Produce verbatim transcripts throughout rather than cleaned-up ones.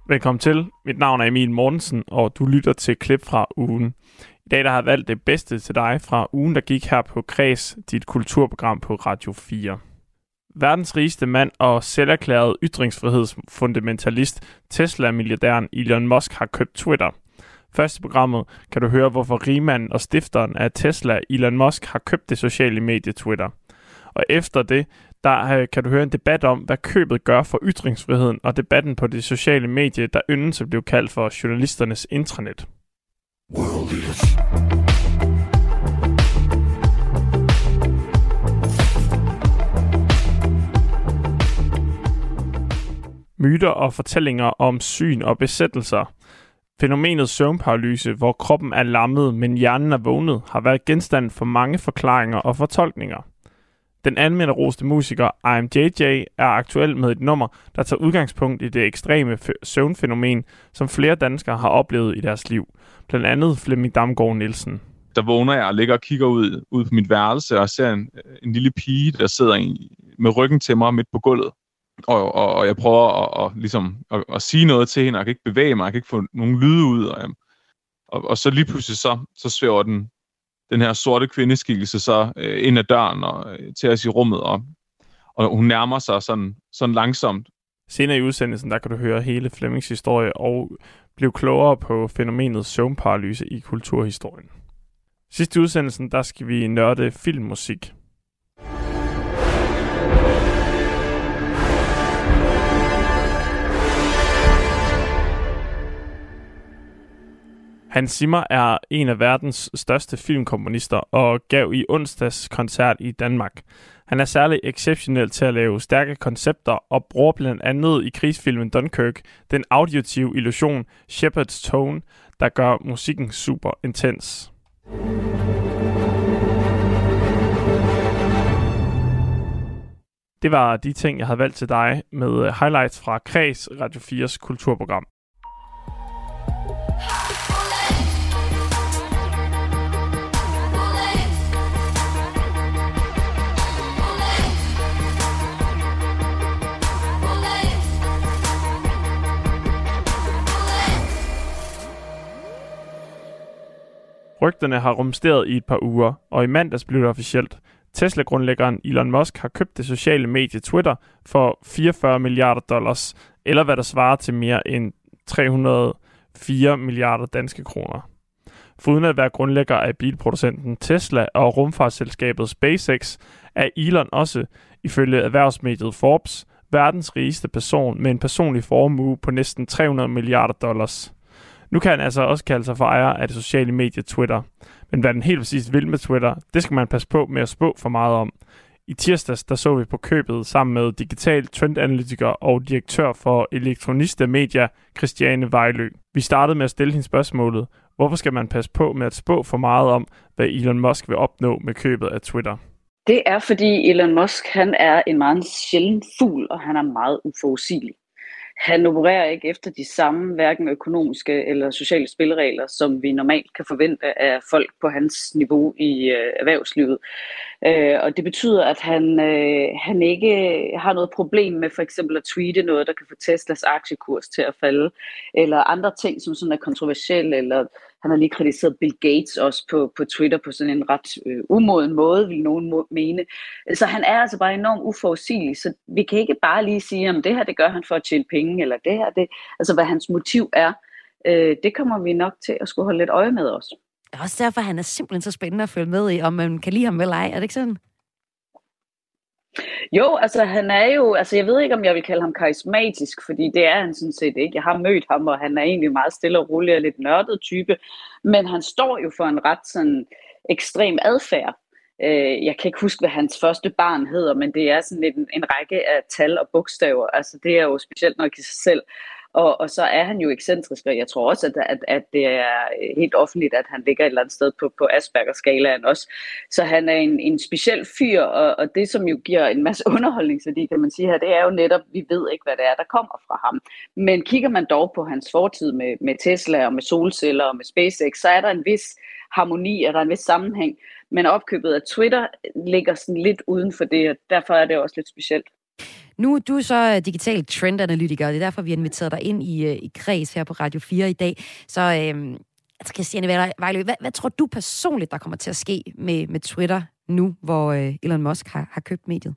Velkommen til. Mit navn er Emil Mortensen, og du lytter til klip fra ugen. I dag der har jeg valgt det bedste til dig fra ugen, der gik her på Kreds, dit kulturprogram på Radio fire. Verdens rigeste mand og selverklæret ytringsfrihedsfundamentalist, Tesla-milliardæren Elon Musk, har købt Twitter. Først i programmet kan du høre, hvorfor rigmanden og stifteren af Tesla, Elon Musk, har købt det sociale medie Twitter. Og efter det, der kan du høre en debat om, hvad købet gør for ytringsfriheden, og debatten på det sociale medie, der yndes at blive kaldt for journalisternes intranet. Myter og fortællinger om syn og besættelser. Fænomenet søvnparalyse, hvor kroppen er lammet, men hjernen er vågnet, har været genstand for mange forklaringer og fortolkninger. Den anmelderroste musiker I Am J J er aktuel med et nummer, der tager udgangspunkt i det ekstreme f- søvnfænomen, som flere danskere har oplevet i deres liv. Blandt andet Flemming Damgaard Nielsen. Der vågner jeg og ligger og kigger ud, ud på mit værelse og ser en, en lille pige, der sidder i, med ryggen til mig midt på gulvet. Og, og, og jeg prøver at, og, ligesom, at, at sige noget til hende, og jeg kan ikke bevæge mig, jeg kan ikke få nogen lyde ud. Og, og, og så lige pludselig så, så svæver den, den her sorte kvindeskikkelse så øh, ind ad døren og øh, til os i rummet, og, og hun nærmer sig sådan, sådan langsomt. Senere i udsendelsen, der kan du høre hele Flemmings historie og blive klogere på fænomenet søvnparalyse i kulturhistorien. Sidst i udsendelsen, der skal vi nørde filmmusik. Hans Zimmer er en af verdens største filmkomponister og gav i onsdags koncert i Danmark. Han er særlig exceptionel til at lave stærke koncepter og bruger blandt andet i krigsfilmen Dunkirk den auditive illusion Shepard's Tone, der gør musikken super intens. Det var de ting, jeg havde valgt til dig med highlights fra Kreds Radio fires kulturprogram. Rygterne har rumsteret i et par uger, og i mandags blev det officielt. Tesla-grundlæggeren Elon Musk har købt det sociale medie Twitter for fireogfyrre milliarder dollars, eller hvad der svarer til mere end tre hundrede og fire milliarder danske kroner. Foruden at være grundlægger af bilproducenten Tesla og rumfartsselskabet SpaceX, er Elon også, ifølge erhvervsmediet Forbes, verdens rigeste person med en personlig formue på næsten tre hundrede milliarder dollars. Nu kan han altså også kalde sig for ejer af det sociale medie Twitter. Men hvad den helt præcis vil med Twitter, det skal man passe på med at spå for meget om. I tirsdags der så vi på købet sammen med digital trendanalytiker og direktør for Elektronista Media, Christiane Vejlø. Vi startede med at stille hende spørgsmålet, hvorfor skal man passe på med at spå for meget om, hvad Elon Musk vil opnå med købet af Twitter? Det er fordi Elon Musk han er en meget sjælden fugl, og han er meget uforudsigelig. Han opererer ikke efter de samme hverken økonomiske eller sociale spilleregler, som vi normalt kan forvente af folk på hans niveau i øh, erhvervslivet. Øh, og det betyder, at han, øh, han ikke har noget problem med for eksempel at tweete noget, der kan få Teslas aktiekurs til at falde, eller andre ting, som sådan er kontroversielle, eller han har lige kritiseret Bill Gates også på, på Twitter på sådan en ret øh, umoden måde, vil nogen må, mene. Så han er altså bare enormt uforudsigelig, så vi kan ikke bare lige sige, om det her det gør han for at tjene penge, eller det her, det, altså hvad hans motiv er, øh, det kommer vi nok til at skulle holde lidt øje med os. Det er også derfor, han er simpelthen så spændende at følge med i, om man kan lide ham eller ej, er det ikke sådan? Jo, altså han er jo, altså jeg ved ikke, om jeg vil kalde ham karismatisk, fordi det er han sådan set ikke. Jeg har mødt ham, og han er egentlig meget stille og rolig og lidt nørdet type, men han står jo for en ret sådan ekstrem adfærd. Jeg kan ikke huske, hvad hans første barn hedder, men det er sådan en, en række af tal og bogstaver. Altså det er jo specielt nok i sig selv. Og, og så er han jo ekscentrisk, og jeg tror også, at, at, at det er helt offentligt, at han ligger et eller andet sted på, på Asperger-skalaen også. Så han er en, en speciel fyr, og, og det som jo giver en masse underholdningsværdi, kan man sige her, det er jo netop, vi ved ikke, hvad det er, der kommer fra ham. Men kigger man dog på hans fortid med, med Tesla og med solceller og med SpaceX, så er der en vis harmoni, og der er en vis sammenhæng. Men opkøbet af Twitter ligger sådan lidt uden for det, og derfor er det også lidt specielt. Nu er du så digital trendanalytiker, og det er derfor, vi har inviteret dig ind i, i Kreds her på Radio fire i dag. Så øh, Christiane Vejlø, hvad, hvad tror du personligt, der kommer til at ske med, med Twitter nu, hvor øh, Elon Musk har, har købt mediet?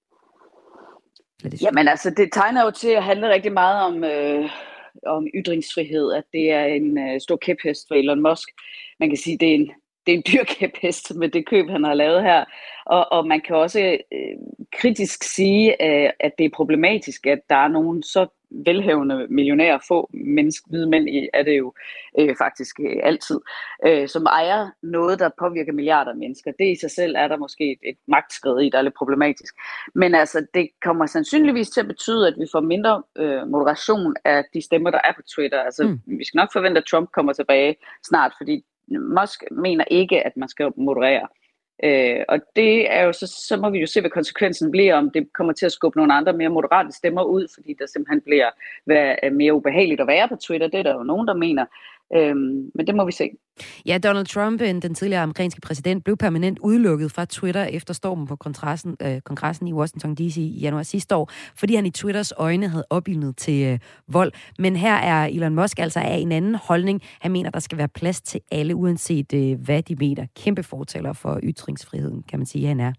Jamen altså, det tegner jo til at handle rigtig meget om, øh, om ytringsfrihed, at det er en øh, stor kæphest for Elon Musk. Man kan sige, det er en Det er en dyr kæphest med det køb, han har lavet her. Og, og man kan også øh, kritisk sige, øh, at det er problematisk, at der er nogen så velhavende millionærer, få menneske, hvide mænd i, er det jo øh, faktisk øh, altid, øh, som ejer noget, der påvirker milliarder af mennesker. Det i sig selv er der måske et, et magtskred i, der er lidt problematisk. Men altså, det kommer sandsynligvis til at betyde, at vi får mindre øh, moderation af de stemmer, der er på Twitter. Altså, mm. vi skal nok forvente, at Trump kommer tilbage snart, fordi Musk mener ikke, at man skal moderere. Øh, og det er jo så, så må vi jo se, hvad konsekvensen bliver, om det kommer til at skubbe nogle andre mere moderate stemmer ud, fordi der simpelthen bliver hvad, mere ubehageligt at være på Twitter. Det er der jo nogen, der mener. Øhm, men det må vi se. Ja, Donald Trump, den tidligere amerikanske præsident, blev permanent udelukket fra Twitter efter stormen på kongressen, øh, kongressen i Washington D C i januar sidste år, fordi han i Twitters øjne havde opildnet til øh, vold. Men her er Elon Musk altså af en anden holdning. Han mener, der skal være plads til alle, uanset øh, hvad de mener. Kæmpe fortaler for ytringsfriheden, kan man sige, han er.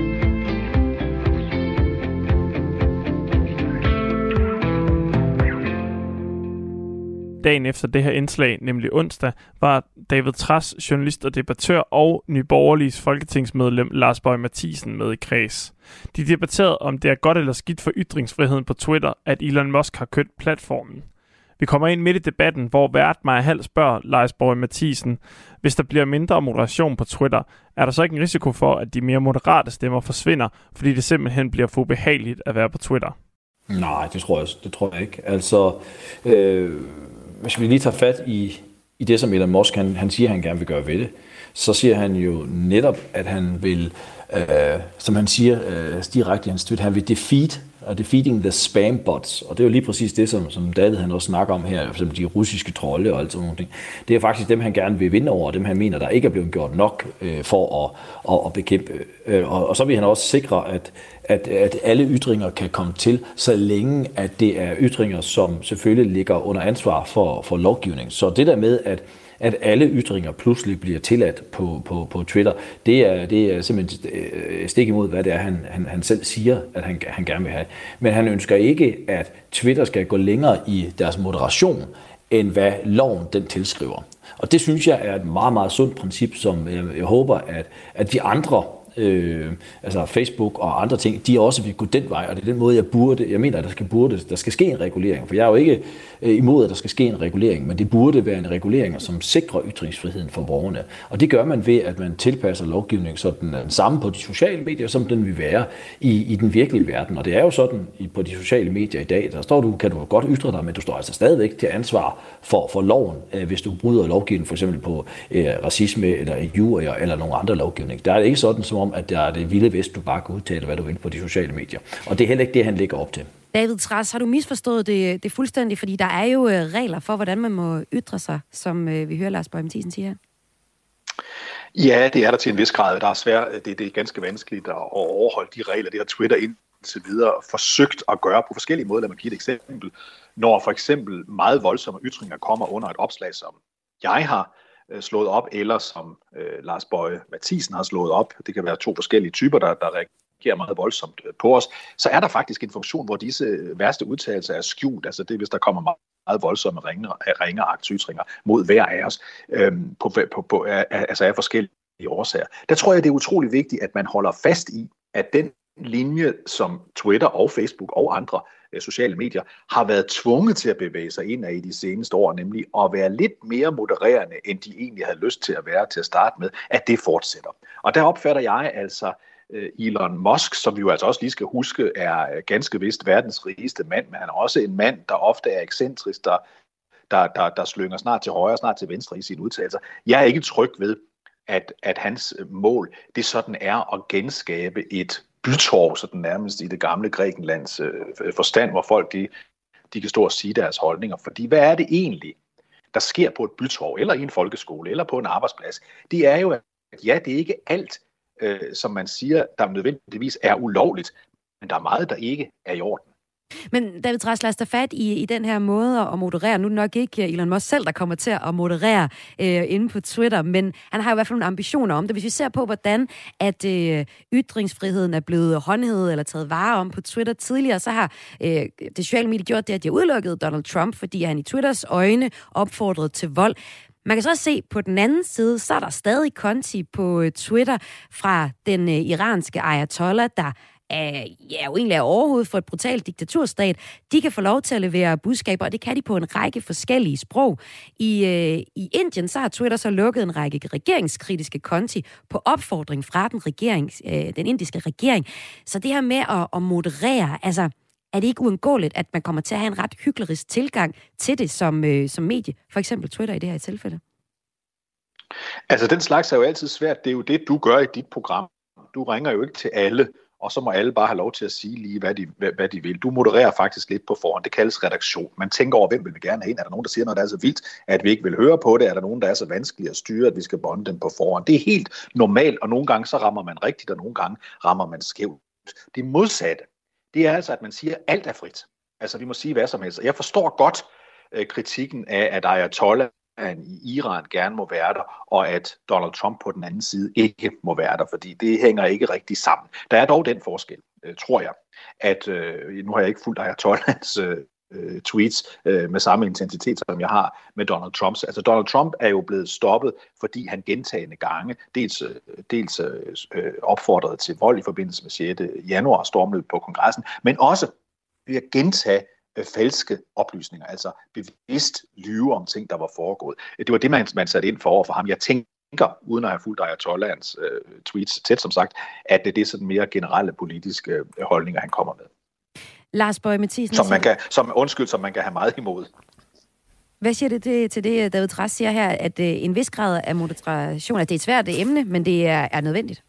Dagen efter det her indslag, nemlig onsdag, var David Trads, journalist og debattør, og Nye Borgerliges folketingsmedlem Lars Boje Mathiesen med i Kreds. De debatterede, om det er godt eller skidt for ytringsfriheden på Twitter, at Elon Musk har købt platformen. Vi kommer ind midt i debatten, hvor vært Maja Hall spørger Lars Boje Mathiesen, hvis der bliver mindre moderation på Twitter, er der så ikke en risiko for, at de mere moderate stemmer forsvinder, fordi det simpelthen bliver for ubehageligt at være på Twitter? Nej, det tror jeg, det tror jeg ikke. Altså, øh, hvis vi lige tager fat i, i det, som Elon Musk han, han siger, han gerne vil gøre ved det, så siger han jo netop, at han vil, øh, som han siger øh, direkte i hans tweet, han vil defeat, uh, defeating the spam bots. Og det er jo lige præcis det, som, som David han også snakker om her, som de russiske trolde og alt sådan noget. Det er faktisk dem, han gerne vil vinde over, og dem, han mener, der ikke er blevet gjort nok øh, for at, at, at bekæmpe. Øh, og, og så vil han også sikre, at At, at alle ytringer kan komme til, så længe at det er ytringer, som selvfølgelig ligger under ansvar for, for lovgivning. Så det der med, at, at alle ytringer pludselig bliver tilladt på, på, på Twitter, det er, det er simpelthen stik imod, hvad det er, han, han, han selv siger, at han, han gerne vil have. Men han ønsker ikke, at Twitter skal gå længere i deres moderation, end hvad loven den tilskriver. Og det synes jeg er et meget, meget sundt princip, som jeg, jeg håber, at, at de andre Øh, altså Facebook og andre ting, de også vil gå den vej, og det er den måde, jeg burde, jeg mener, at der skal, burde, der skal ske en regulering, for jeg er jo ikke øh, imod, at der skal ske en regulering, men det burde være en regulering, som sikrer ytringsfriheden for borgerne, og det gør man ved, at man tilpasser lovgivningen, så den er den samme på de sociale medier, som den vil være i, i den virkelige verden, og det er jo sådan i, på de sociale medier i dag, der står du, kan du godt ytre dig, men du står altså stadigvæk til ansvar for, for loven, øh, hvis du bryder lovgivningen, for eksempel på øh, racisme eller injurier eller nogle andre lovgivning. Der er det ikke sådan, som om, at der er det vilde vest, du bare kan udtale, hvad du vil på de sociale medier. Og det er heller ikke det, han lægger op til. David Trads, har du misforstået det, det fuldstændig? Fordi der er jo regler for, hvordan man må ytre sig, som vi hører Lars Boje Mathiesen sige her. Ja, det er der til en vis grad. Der er svært, det, det er ganske vanskeligt at overholde de regler. Det har Twitter indtil videre forsøgt at gøre på forskellige måder. Lad mig give et eksempel. Når for eksempel meget voldsomme ytringer kommer under et opslag, som jeg har slået op, eller som øh, Lars Boje Mathiesen har slået op, det kan være to forskellige typer, der, der reagerer meget voldsomt på os, så er der faktisk en funktion, hvor disse værste udtalelser er skjult, altså det hvis der kommer meget, meget voldsomme ringeagtsytringer mod hver af os, øh, på, på, på, altså af forskellige årsager. Der tror jeg, det er utrolig vigtigt, at man holder fast i, at den linje, som Twitter og Facebook og andre øh, sociale medier har været tvunget til at bevæge sig ind af i de seneste år, nemlig at være lidt mere modererende, end de egentlig havde lyst til at være til at starte med, at det fortsætter. Og der opfatter jeg altså øh, Elon Musk, som vi jo altså også lige skal huske, er ganske vist verdens rigeste mand, men han er også en mand, der ofte er ekscentrisk, der, der, der, der slynger snart til højre, snart til venstre i sine udtalelser. Jeg er ikke tryg ved, at, at hans mål, det sådan er at genskabe et bytorv, sådan nærmest i det gamle Grækenlands øh, forstand, hvor folk de, de kan stå og sige deres holdninger. Fordi hvad er det egentlig, der sker på et bytorv, eller i en folkeskole, eller på en arbejdsplads? Det er jo, at ja, det er ikke alt, øh, som man siger, der nødvendigvis er ulovligt, men der er meget, der ikke er i orden. Men David Trads, lad os tage fat i, i den her måde at moderere. Nu er det nok ikke Elon Musk selv, der kommer til at moderere øh, inde på Twitter, men han har i hvert fald nogle ambitioner om det. Hvis vi ser på, hvordan at øh, ytringsfriheden er blevet håndhævet eller taget vare om på Twitter tidligere, så har øh, det sociale medie gjort det, at de har udelukket Donald Trump, fordi han i Twitters øjne opfordrede til vold. Man kan så se på den anden side, så er der stadig konti på Twitter fra den øh, iranske ayatollah, der er, ja, jo egentlig er overhovedet for et brutalt diktaturstat. De kan få lov til at levere budskaber, og det kan de på en række forskellige sprog. I, øh, i Indien så har Twitter så lukket en række regeringskritiske konti på opfordring fra den, regering, øh, den indiske regering. Så det her med at, at moderere, altså er det ikke uundgåeligt, at man kommer til at have en ret hyklerisk tilgang til det som, øh, som medie? For eksempel Twitter i det her tilfælde. Altså, den slags er jo altid svært. Det er jo det, du gør i dit program. Du ringer jo ikke til alle, og så må alle bare have lov til at sige lige, hvad de, hvad, hvad de vil. Du modererer faktisk lidt på forhånd. Det kaldes redaktion. Man tænker over, hvem vil vi gerne have ind? Er der nogen, der siger noget, der er så vildt, at vi ikke vil høre på det? Er der nogen, der er så vanskelige at styre, at vi skal bonde dem på forhånd? Det er helt normalt, og nogle gange så rammer man rigtigt, og nogle gange rammer man skævt. Det modsatte, det er altså, at man siger, at alt er frit. Altså, vi må sige hvad som helst. Jeg forstår godt øh, kritikken af, at ayatollah i Iran gerne må være der, og at Donald Trump på den anden side ikke må være der, fordi det hænger ikke rigtig sammen. Der er dog den forskel, øh, tror jeg, at øh, nu har jeg ikke fulgt Ayatollahs øh, tweets øh, med samme intensitet, som jeg har med Donald Trumps. Altså Donald Trump er jo blevet stoppet, fordi han gentagende gange dels, dels øh, opfordrede til vold i forbindelse med sjette januar stormløb på kongressen, men også ved at gentage falske oplysninger, altså bevidst lyve om ting, der var foregået. Det var det, man, man satte ind for over for ham. Jeg tænker, uden at have fulgt Ayatollahs øh, tweets tæt som sagt, at det er sådan mere generelle politiske øh, holdninger, han kommer med. Lars Boje Mathiesen. Som man kan, som, undskyld, som man kan have meget imod. Hvad siger det til, til det, David Trads siger her, at øh, en vis grad af moderation, at det er et svært emne, men det er, er nødvendigt?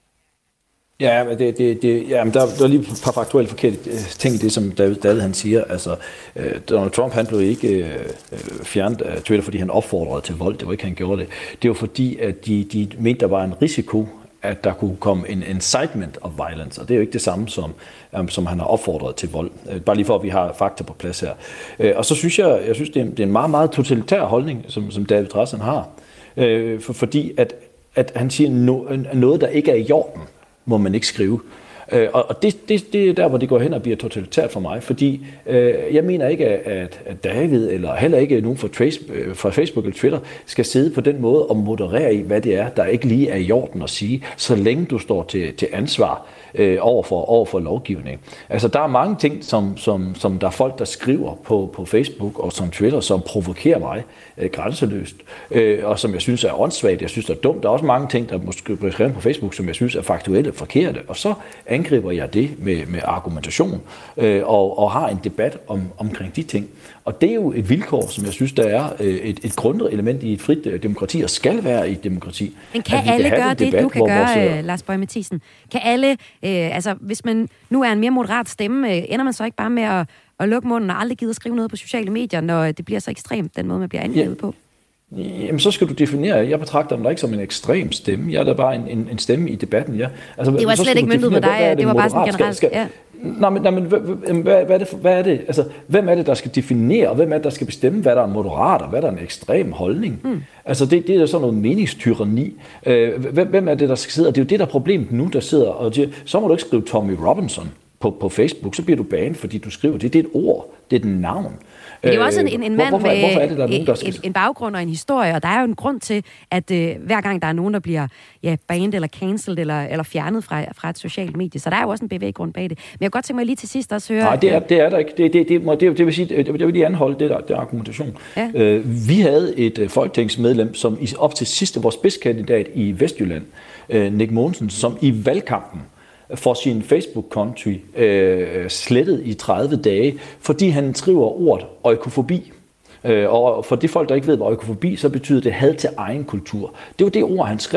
Ja, men det, det, det, ja, men der, der er lige et par faktuelle forkerte ting i det, som David, David han siger. Altså, øh, Donald Trump, han blev ikke øh, fjernet af Twitter, fordi han opfordrede til vold. Det var ikke, han gjorde det. Det var fordi, at de, de mente, der var en risiko, at der kunne komme en incitement of violence, og det er jo ikke det samme, som, um, som han har opfordret til vold. Uh, bare lige for, at vi har fakta på plads her. Uh, og så synes jeg, jeg synes, det er, det er en meget, meget totalitær holdning, som, som David Trads har. Uh, for, fordi, at, at han siger, no, noget, der ikke er i orden, må man ikke skrive. Øh, og det, det, det er der, hvor det går hen og bliver totalitært for mig, fordi øh, jeg mener ikke, at, at David, eller heller ikke nogen fra, Trace, øh, fra Facebook eller Twitter, skal sidde på den måde og moderere i, hvad det er, der ikke lige er i orden at sige, så længe du står til, til ansvar øh, over, for, over for lovgivning. Altså, der er mange ting, som, som, som der er folk, der skriver på, på Facebook og som Twitter, som provokerer mig øh, grænseløst, øh, og som jeg synes er åndssvagt, jeg synes er dumt. Der er også mange ting, der måske bliver skrevet på Facebook, som jeg synes er faktuelle forkerte, og så angriber jeg det med, med argumentation øh, og, og har en debat om, omkring de ting. Og det er jo et vilkår, som jeg synes, der er øh, et, et grundelement i et frit øh, demokrati, og skal være i et demokrati. Men kan alle kan gøre det, debat, du kan gøre, vores, Lars Boje Mathiesen? Kan alle, øh, altså hvis man nu er en mere moderat stemme, øh, ender man så ikke bare med at, at lukke munden og aldrig gider skrive noget på sociale medier, når det bliver så ekstremt, den måde, man bliver angrebet ja. på? Jamen, så skal du definere. Jeg betragter mig da ikke som en ekstrem stemme. Jeg er da bare en, en, en stemme i debatten, ja. Altså, det var slet ikke møntet på dig, det, det var bare sådan generelt. Skal, skal, ja. Nej, men, nej, men hvad, hvad, hvad, er det, hvad er det? Altså, hvem er det, der skal definere, og hvem er det, der skal bestemme, hvad der er en moderat, og hvad der er en ekstrem holdning? Mm. Altså, det, det er sådan noget meningstyrani. Øh, hvem, hvem er det, der skal sidde? Og det er jo det, der er problemet nu, der sidder og siger, så må du ikke skrive Tommy Robinson på, på Facebook, så bliver du banet, fordi du skriver det. Det er et ord, det er et navn. Men det er jo også en, en mand hvorfor, med hvorfor er det, der er nogen, der skal... en, en baggrund og en historie, og der er jo en grund til, at øh, hver gang der er nogen, der bliver ja, banned eller cancelled eller, eller fjernet fra, fra et socialt medie, så der er jo også en bevæggrund bag det. Men jeg kan godt tænke mig lige til sidst også høre... Nej, det er, det er der ikke. Det, det, det, det, det vil sige, det, det vil lige anholde det der, det argumentation. Ja. Øh, vi havde et uh, folketingsmedlem, som i, op til sidste, vores spidskandidat i Vestjylland, uh, Nick Mogensen, som i valgkampen for sin Facebook-konto øh, slettet i tredive dage, fordi han skriver ordet oikofobi. Øh, og for de folk, der ikke ved, hvad oikofobi, så betyder det had til egen kultur. Det var det ord, han skrev,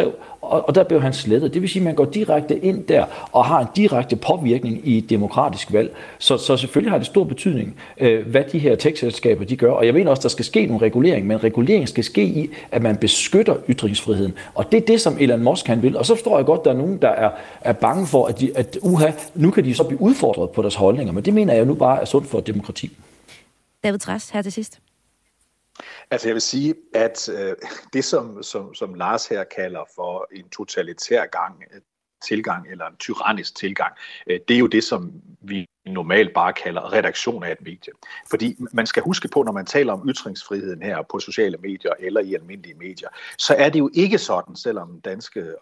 og, og der blev han slettet. Det vil sige, at man går direkte ind der og har en direkte påvirkning i et demokratisk valg. Så, så selvfølgelig har det stor betydning, øh, hvad de her tech-selskaber de gør. Og jeg mener også, der skal ske nogle regulering, men regulering skal ske i, at man beskytter ytringsfriheden. Og det er det, som Elon Musk han vil. Og så forstår jeg godt, at der er nogen, der er, er bange for, at, de, at uha, nu kan de så blive udfordret på deres holdninger. Men det mener jeg nu bare er sundt for demokrati. David Trads, her til sidst. Altså jeg vil sige, at øh, det som, som, som Lars her kalder for en totalitær gang, tilgang eller en tyrannisk tilgang, øh, det er jo det, som vi normalt bare kalder redaktion af et medie. Fordi man skal huske på, når man taler om ytringsfriheden her på sociale medier eller i almindelige medier, så er det jo ikke sådan, selvom danske øh,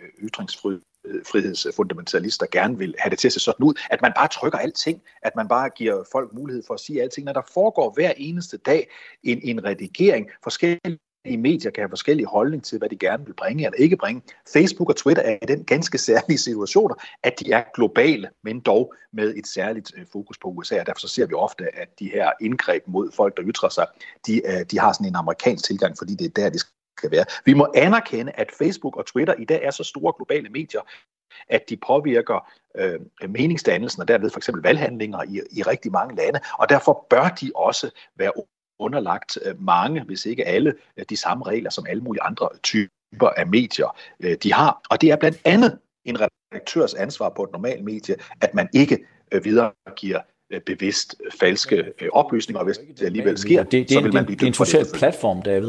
ytringsfrihedsfundamentalister gerne vil have det til at se sådan ud, at man bare trykker alting, at man bare giver folk mulighed for at sige alting. Når der foregår hver eneste dag en, en redigering, forskellige i medier kan have forskellige holdning til, hvad de gerne vil bringe eller ikke bringe. Facebook og Twitter er i den ganske særlige situationer, at de er globale, men dog med et særligt fokus på U S A. Og derfor så ser vi ofte, at de her indgreb mod folk, der ytrer sig, de, de har sådan en amerikansk tilgang, fordi det er der, de skal være. Vi må anerkende, at Facebook og Twitter i dag er så store globale medier, at de påvirker øh, meningsdannelsen og derved for eksempel valghandlinger i, i rigtig mange lande, og derfor bør de også være underlagt mange, hvis ikke alle, de samme regler, som alle mulige andre typer af medier, de har. Og det er blandt andet en redaktørs ansvar på et normalt medie, at man ikke videregiver bevidst falske oplysninger, og hvis det alligevel sker, det, det, så vil man blive dømt for det. Det er en social platform, David.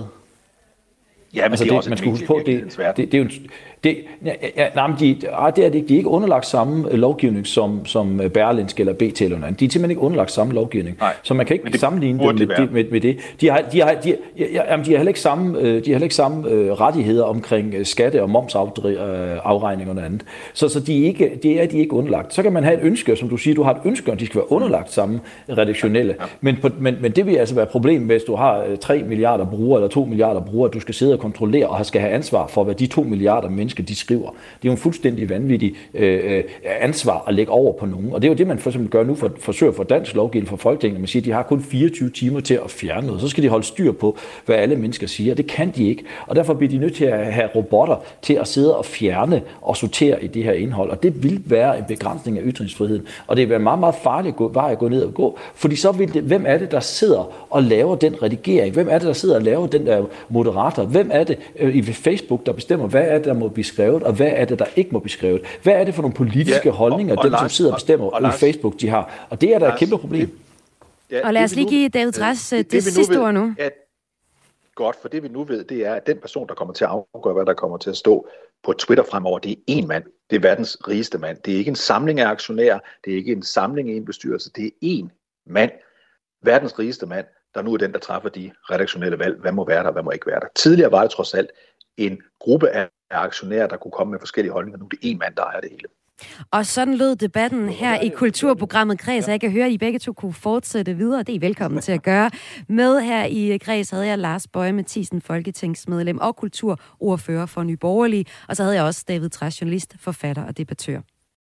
Ja, men altså det, det er også man skal huske på, det, det, det er jo det, ja, ja, nej, men de, det er det ikke. De er ikke underlagt samme lovgivning som, som Berlingske eller B T eller noget. De er simpelthen ikke underlagt samme lovgivning. Nej, så man kan ikke sammenligne dem med, de med, med det. De har, de, har, de, ja, de har heller ikke samme, de har heller ikke samme uh, rettigheder omkring skatte- og momsafregning og noget andet. Så, så de, er ikke, de er de ikke underlagt. Så kan man have et ønske, som du siger, du har et ønske, at de skal være underlagt samme redaktionelle. Ja. Men, på, men, men det vil altså være et problem, hvis du har tre milliarder brugere eller to milliarder brugere, at du skal sidde og kontrollere og skal have ansvar for, hvad de to milliarder mennesker, de skriver. Det er jo en fuldstændig vanvittig øh, ansvar at lægge over på nogen. Og det er jo det, man for eksempel gør nu for forsøger for dansk lovgivning for Folketinget. Man siger, at de har kun fireogtyve timer til at fjerne noget. Så skal de holde styr på, hvad alle mennesker siger. Det kan de ikke. Og derfor bliver de nødt til at have robotter til at sidde og fjerne og sortere i det her indhold. Og det vil være en begrænsning af ytringsfriheden. Og det vil være meget, meget farligt vej at gå ned og gå. Fordi så vil det, hvem er det, der sidder og laver den redigering? Hvem er det, der sidder og laver den der moderator? Hvem er det øh, i Facebook, der bestemmer, hvad er det, der må blive skrevet, og hvad er det, der ikke må blive skrevet? Hvad er det for nogle politiske ja, holdninger, og, og dem, Lars, som sidder og bestemmer og, og i Facebook, de har? Og det er der et kæmpe problem. Det, ja, og lad os lige give David Trads det, det, det sidste ord nu. At, godt, for det vi nu ved, det er, at den person, der kommer til at afgøre, hvad der kommer til at stå på Twitter fremover, det er én mand. Det er verdens rigeste mand. Det er ikke en samling af aktionærer, det er ikke en samling i en bestyrelse, det er én mand. Verdens rigeste mand, der nu er den, der træffer de redaktionelle valg. Hvad må være der, hvad må ikke være der? Tidligere var det trods alt en gruppe af aktionærer, der kunne komme med forskellige holdninger. Nu er det én mand, der er det hele. Og sådan lød debatten her i kulturprogrammet Kreds. Jeg kan høre, at I begge to kunne fortsætte videre. Det er I velkommen til at gøre. Med her i Kreds havde jeg Lars Boje Mathiesen, folketingsmedlem og kulturordfører for Nye Borgerlige. Og så havde jeg også David Trads, journalist, forfatter og debattør.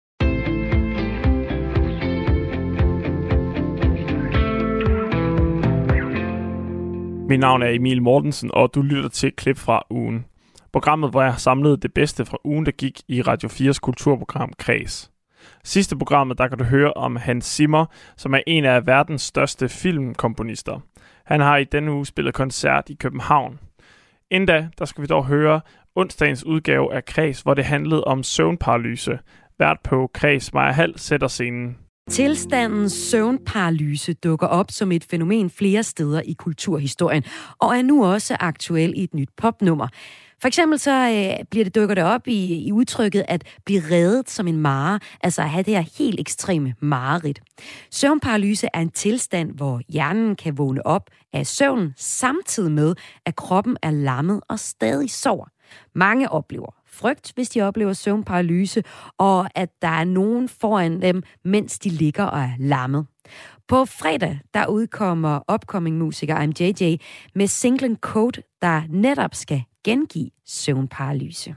Mit navn er Emil Mortensen, og du lytter til et klip fra ugen. Programmet, hvor jeg har samlet det bedste fra ugen, der gik i Radio fires kulturprogram Kreds. Sidste programmet, der kan du høre om Hans Zimmer, som er en af verdens største filmkomponister. Han har i denne uge spillet koncert i København. Inden da, der skal vi dog høre onsdagens udgave af Kreds, hvor det handlede om søvnparalyse. Vært på Kreds Maja Hall sætter scenen. Tilstanden søvnparalyse dukker op som et fænomen flere steder i kulturhistorien, og er nu også aktuel i et nyt popnummer. For eksempel så øh, bliver det dukket op i, i udtrykket at blive reddet som en mare, altså at have det her helt ekstreme mareridt. Søvnparalyse er en tilstand, hvor hjernen kan vågne op af søvnen, samtidig med, at kroppen er lammet og stadig sover. Mange oplever frygt, hvis de oplever søvnparalyse, og at der er nogen foran dem, mens de ligger og er lammet. På fredag, der udkommer upcoming musiker I'm J J med singlen Code, der netop skal gengive søvnparalyse.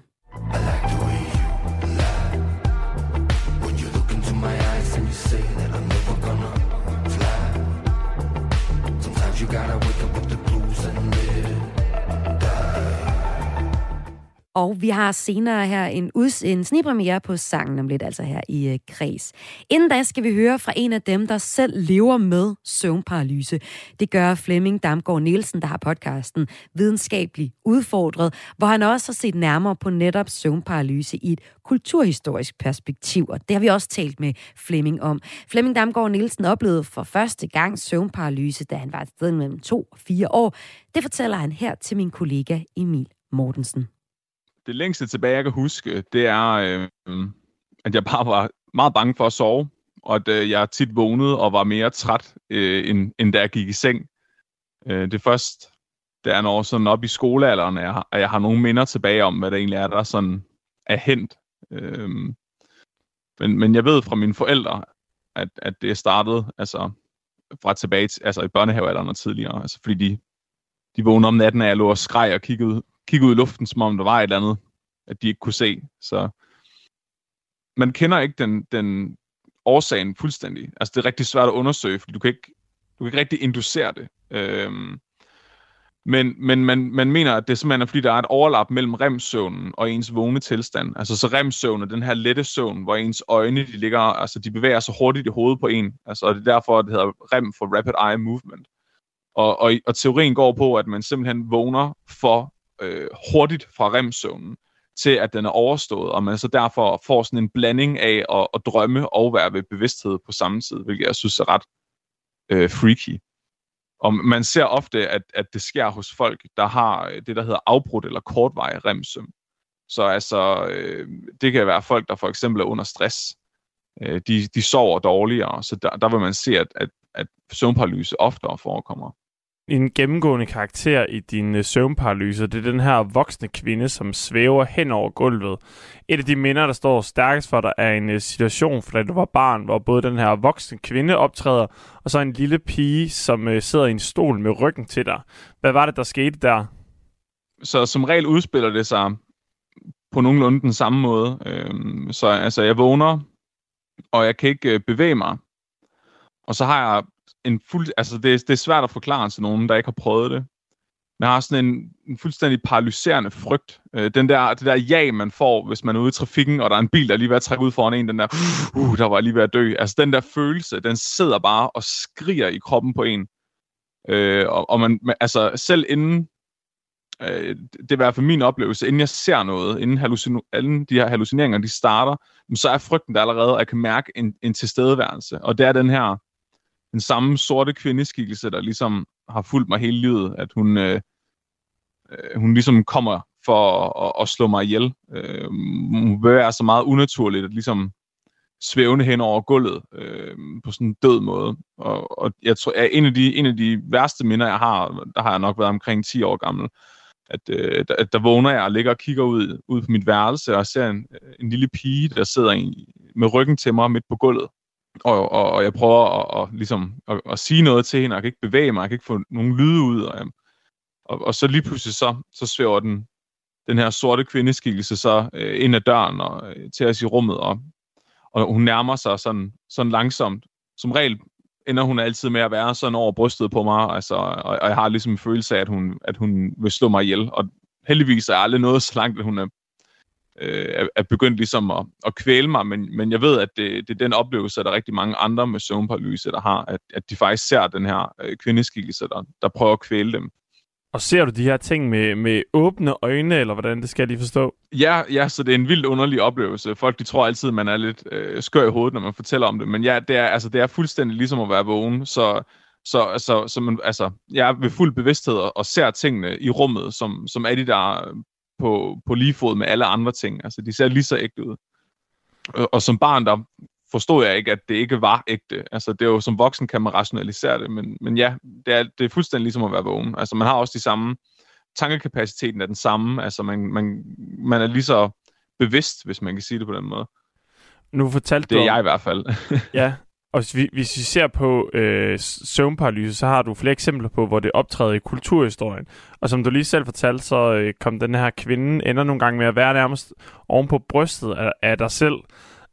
Og vi har senere her en, uds- en snigpremiere på sangen om lidt, altså her i øh, Kreds. Inden da skal vi høre fra en af dem, der selv lever med søvnparalyse. Det gør Flemming Damgaard Nielsen, der har podcasten Videnskabeligt Udfordret, hvor han også har set nærmere på netop søvnparalyse i et kulturhistorisk perspektiv. Og det har vi også talt med Flemming om. Flemming Damgaard Nielsen oplevede for første gang søvnparalyse, da han var et sted mellem to og fire år. Det fortæller han her til min kollega Emil Mortensen. Det længste tilbage, jeg kan huske, det er, øh, at jeg bare var meget bange for at sove, og at øh, jeg tit vågnede og var mere træt, øh, end, end da jeg gik i seng. Øh, det først, det er når sådan op i skolealderen, at jeg, har, at jeg har nogle minder tilbage om, hvad der egentlig er, der sådan er hent. Øh, men, men jeg ved fra mine forældre, at, at det startede altså, fra tilbage til, altså i børnehavealderen og tidligere, altså fordi de, de vågnede om natten, og jeg lå og skreg og kiggede kigge ud i luften, som om der var et eller andet, at de ikke kunne se. Så man kender ikke den, den årsagen fuldstændig. Altså, det er rigtig svært at undersøge, fordi du kan ikke, du kan ikke rigtig inducere det. Øhm, men men man, man mener, at det simpelthen er, fordi der er et overlap mellem remsøvnen og ens vågne tilstand. Altså, så remsøvn er den her lette søvn, hvor ens øjne, de ligger, altså, de bevæger sig hurtigt i hovedet på en. Altså, og det er derfor, det hedder rem for Rapid Eye Movement. Og, og, og teorien går på, at man simpelthen vågner for Øh, hurtigt fra remsøvnen til at den er overstået, og man så derfor får sådan en blanding af at, at drømme og være ved bevidsthed på samme tid, hvilket jeg synes er ret øh, freaky. Og man ser ofte, at, at det sker hos folk, der har det, der hedder afbrudt eller kortvarig remsøvn. Så altså, øh, det kan være folk, der for eksempel er under stress. Øh, de, de sover dårligere, så der, der vil man se, at, at, at søvnparalyse oftere forekommer. En gennemgående karakter i din øh, søvnparalyse, det er den her voksne kvinde, som svæver hen over gulvet. Et af de minder, der står stærkest for dig, er en øh, situation, fra da du var barn, hvor både den her voksne kvinde optræder, og så en lille pige, som øh, sidder i en stol med ryggen til dig. Hvad var det, der skete der? Så som regel udspiller det sig på nogenlunde den samme måde. Øhm, så altså, jeg vågner, og jeg kan ikke øh, bevæge mig. Og så har jeg en fuld, altså det, det er svært at forklare til nogen, der ikke har prøvet det. Man har sådan en, en fuldstændig paralyserende frygt. Øh, den der, det der ja, man får, hvis man er ude i trafikken, og der er en bil, der er lige ved at trække ud foran en, den der, uh, der var lige ved at dø. Altså den der følelse, den sidder bare og skriger i kroppen på en. Øh, og, og man, altså selv inden, øh, det er i hvert fald min oplevelse, inden jeg ser noget, inden, hallucin- inden de her hallucineringer, de starter, så er frygten der allerede, og jeg kan mærke en, en tilstedeværelse. Og det er den her, den samme sorte kvindeskikkelse, der ligesom har fulgt mig hele livet, at hun, øh, hun ligesom kommer for at, at slå mig ihjel. Øh, hun bevæger så meget unaturligt, at ligesom svævende hen over gulvet øh, på sådan en død måde. Og, og jeg tror, at en af, de, en af de værste minder, jeg har, der har jeg nok været omkring ti år gammel, at, øh, der, at der vågner jeg og ligger og kigger ud, ud på mit værelse, og ser en, en lille pige, der sidder i, med ryggen til mig midt på gulvet. Og, og, og jeg prøver at, at, ligesom, at, at sige noget til hende, og jeg kan ikke bevæge mig, jeg kan ikke få nogen lyde ud. Og, og, og så lige pludselig så, så svæver den, den her sorte kvindeskikkelse så øh, ind ad døren og øh, til os i rummet, og, og hun nærmer sig sådan, sådan langsomt. Som regel ender hun altid med at være sådan over brystet på mig, altså, og, og jeg har ligesom en følelse af, at hun, at hun vil slå mig ihjel. Og heldigvis er aldrig noget så langt, at hun er Øh, er begyndt ligesom at, at kvæle mig, men, men jeg ved, at det, det er den oplevelse, at der er rigtig mange andre med søvnparalyse, der har, at, at de faktisk ser den her øh, kvindeskikkelse, der, der prøver at kvæle dem. Og ser du de her ting med, med åbne øjne, eller hvordan det skal de forstå? Ja, ja, så det er en vildt underlig oplevelse. Folk, de tror altid, at man er lidt øh, skør i hovedet, når man fortæller om det, men ja, det er, altså, det er fuldstændig ligesom at være vågen, så, så, så, så man, altså, jeg er ved fuld bevidsthed og, og ser tingene i rummet, som, som er de der På, på lige fod med alle andre ting. Altså, de ser lige så ægte ud. Og, og som barn, der forstod jeg ikke, at det ikke var ægte. Altså, det er jo som voksen, kan man rationalisere det, men, men ja, det er, det er fuldstændig ligesom at være vågen. Altså, man har også de samme, tankekapaciteten er den samme. Altså, man, man, man er lige så bevidst, hvis man kan sige det på den måde. Nu fortalte det er du om, jeg i hvert fald. Ja, og hvis vi, hvis vi ser på øh, søvnparalyse, så har du flere eksempler på, hvor det optræder i kulturhistorien. Og som du lige selv fortalte, så øh, kom den her kvinde ender nogle gange med at være nærmest oven på brystet af, af dig selv.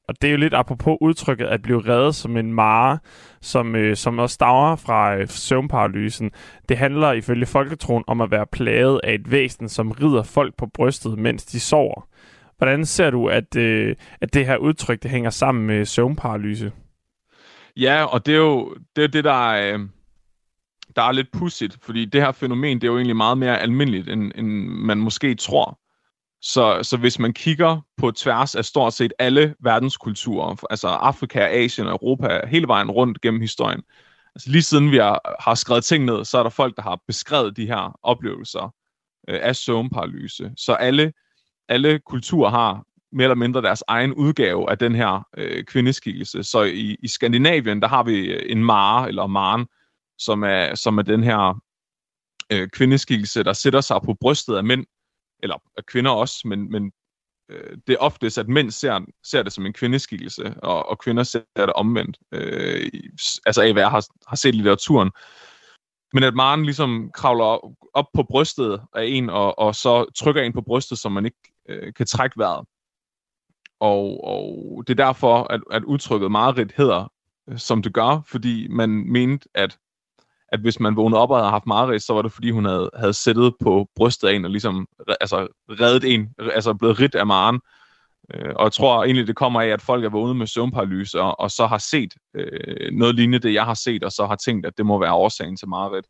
og det er jo lidt apropos udtrykket at blive reddet som en mare, som, øh, som også stammer fra øh, søvnparalysen. Det handler ifølge folketroen om at være plaget af et væsen, som rider folk på brystet, mens de sover. Hvordan ser du, at, øh, at det her udtryk det hænger sammen med søvnparalyse? Ja, og det er jo det, er det der, er, øh, der er lidt pudsigt, fordi det her fænomen det er jo egentlig meget mere almindeligt, end, end man måske tror. Så, så hvis man kigger på tværs af stort set alle verdenskulturer, altså Afrika, Asien og Europa, hele vejen rundt gennem historien, altså lige siden vi har, har skrevet ting ned, så er der folk, der har beskrevet de her oplevelser øh, af søvnparalyse. Så alle, alle kulturer har mere eller mindre deres egen udgave af den her øh, kvindeskikkelse. Så i, i Skandinavien, der har vi en mare, eller maren, som er, som er den her øh, kvindeskikkelse, der sætter sig på brystet af mænd, eller af kvinder også, men, men øh, det er oftest, at mænd ser, ser det som en kvindeskikkelse, og, og kvinder ser det omvendt, øh, altså af hvad jeg har, har set i litteraturen. Men at maren ligesom kravler op på brystet af en, og, og så trykker en på brystet, så man ikke øh, kan trække vejret. Og, og det er derfor, at, at udtrykket mareridt hedder, øh, som det gør, fordi man mente, at at hvis man vågnede op og havde haft mareridt, så var det fordi hun havde, havde sættet på brystet af en og ligesom altså, reddet en, altså blevet ridt af maren. Øh, og jeg tror egentlig, det kommer af, at folk er vågnet med søvnparalyse og, og så har set øh, noget lignende det, jeg har set, og så har tænkt, at det må være årsagen til mareridt.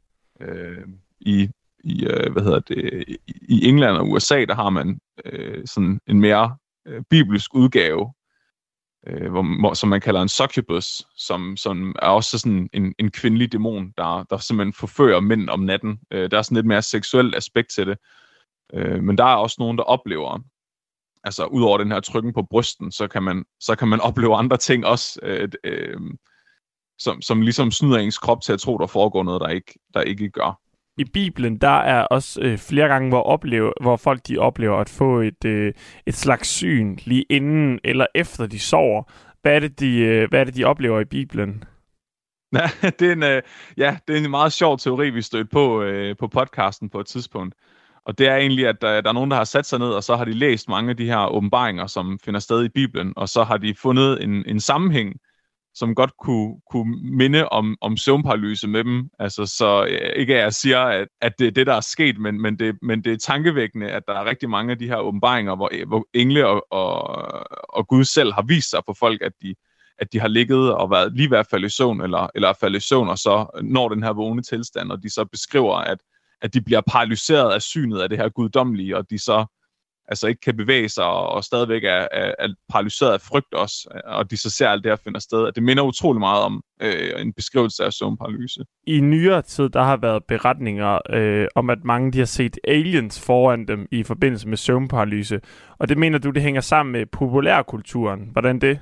Øh, I i øh, hvad hedder det, i England og U S A, der har man øh, sådan en mere øh, bibelsk udgave, Øh, hvor, som man kalder en succubus, som, som er også sådan en, en kvindelig dæmon, der, der simpelthen forfører mænd om natten. Øh, der er sådan lidt mere seksuelt aspekt til det. Øh, men der er også nogen, der oplever, altså ud over den her trykken på brysten, så kan man, så kan man opleve andre ting også, øh, øh, som, som ligesom snyder ens krop til at tro, der foregår noget, der ikke, der ikke gør. I Bibelen, der er også øh, flere gange, hvor, opleve, hvor folk de oplever at få et, øh, et slags syn lige inden eller efter de sover. Hvad er det, de, øh, hvad er det, de oplever i Bibelen? Ja, det er en, øh, ja, det er en meget sjov teori, vi stødte på øh, på podcasten på et tidspunkt. Og det er egentlig, at der, der er nogen, der har sat sig ned, og så har de læst mange af de her åbenbaringer, som finder sted i Bibelen, og så har de fundet en, en sammenhæng, som godt kunne, kunne minde om, om søvnparalyse med dem. Altså, så ikke at jeg siger, at, at det er det, der er sket, men, men, det, men det er tankevækkende, at der er rigtig mange af de her åbenbaringer, hvor, hvor engle og, og, og Gud selv har vist sig for folk, at de, at de har ligget og været lige ved at falde i søvn, eller, eller falde i søvn, og så når den her vågne tilstand, og de så beskriver, at, at de bliver paralyseret af synet af det her guddommelige, og de så altså ikke kan bevæge sig, og, og stadigvæk er, er, er paralyseret af frygt også, og de så ser alt det her finder sted. Det minder utrolig meget om øh, en beskrivelse af søvnparalyse. I nyere tid, der har været beretninger øh, om, at mange de har set aliens foran dem i forbindelse med søvnparalyse, og det mener du, det hænger sammen med populærkulturen. Hvordan det?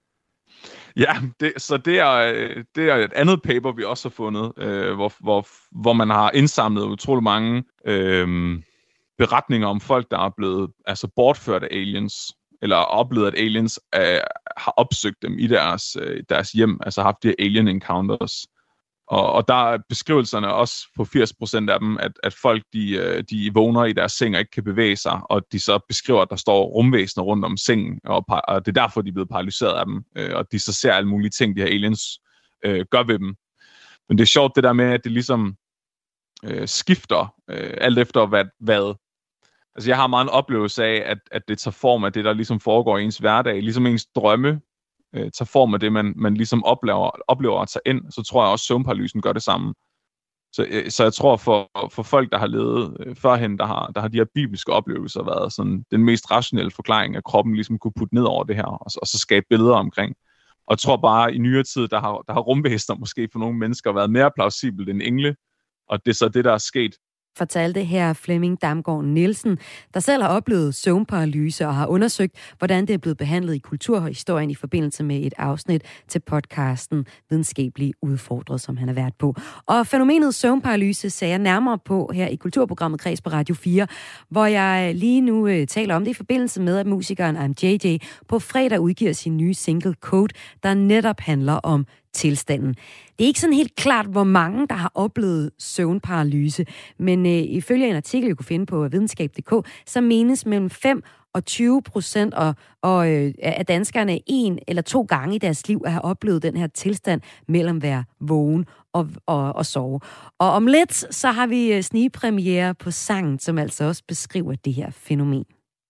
Ja, det, så det er, det er et andet paper, vi også har fundet, øh, hvor, hvor, hvor man har indsamlet utrolig mange øh, beretninger om folk, der er blevet altså bortført af aliens, eller oplevet, at aliens øh, har opsøgt dem i deres, øh, deres hjem, altså haft de alien encounters. Og, og der er beskrivelserne også på firs procent af dem, at, at folk de, de vågner i deres seng og ikke kan bevæge sig, og de så beskriver, at der står rumvæsener rundt om sengen, og, og det er derfor, de er blevet paralyseret af dem, øh, og de så ser alle mulige ting, de her aliens øh, gør ved dem. Men det er sjovt det der med, at det ligesom øh, skifter, øh, alt efter hvad, hvad. Altså jeg har meget en oplevelse af, at, at det tager form af det, der ligesom foregår i ens hverdag, ligesom ens drømme, øh, tager form af det, man, man ligesom oplever, oplever at tage ind, så tror jeg også, at søvnparalysen gør det samme. Så, øh, så jeg tror, for, for folk, der har levet øh, førhen, der har, der har de her bibelske oplevelser været sådan den mest rationelle forklaring, at kroppen ligesom kunne putte ned over det her, og, og så skabe billeder omkring. Og jeg tror bare, i nyere tid, der har, der har rumvæsener måske for nogle mennesker været mere plausibelt end engle, og det er så det, der er sket. Fortalte her Flemming Damgaard Nielsen, der selv har oplevet søvnparalyse og har undersøgt, hvordan det er blevet behandlet i kulturhistorien i forbindelse med et afsnit til podcasten Videnskabeligt Udfordret, som han er vært på. Og fænomenet søvnparalyse ser jeg nærmere på her i kulturprogrammet Kreds på Radio fire, hvor jeg lige nu øh, taler om det i forbindelse med, at musikeren I'm J J på fredag udgiver sin nye single Code, der netop handler om tilstanden. Det er ikke sådan helt klart, hvor mange, der har oplevet søvnparalyse, men øh, ifølge en artikel, jeg kunne finde på videnskab punktum d k, så menes mellem fem og tyve procent og, og, øh, af danskerne en eller to gange i deres liv at have oplevet den her tilstand mellem at være vågen og, og, og sove. Og om lidt, så har vi snigpremiere på sangen, som altså også beskriver det her fænomen.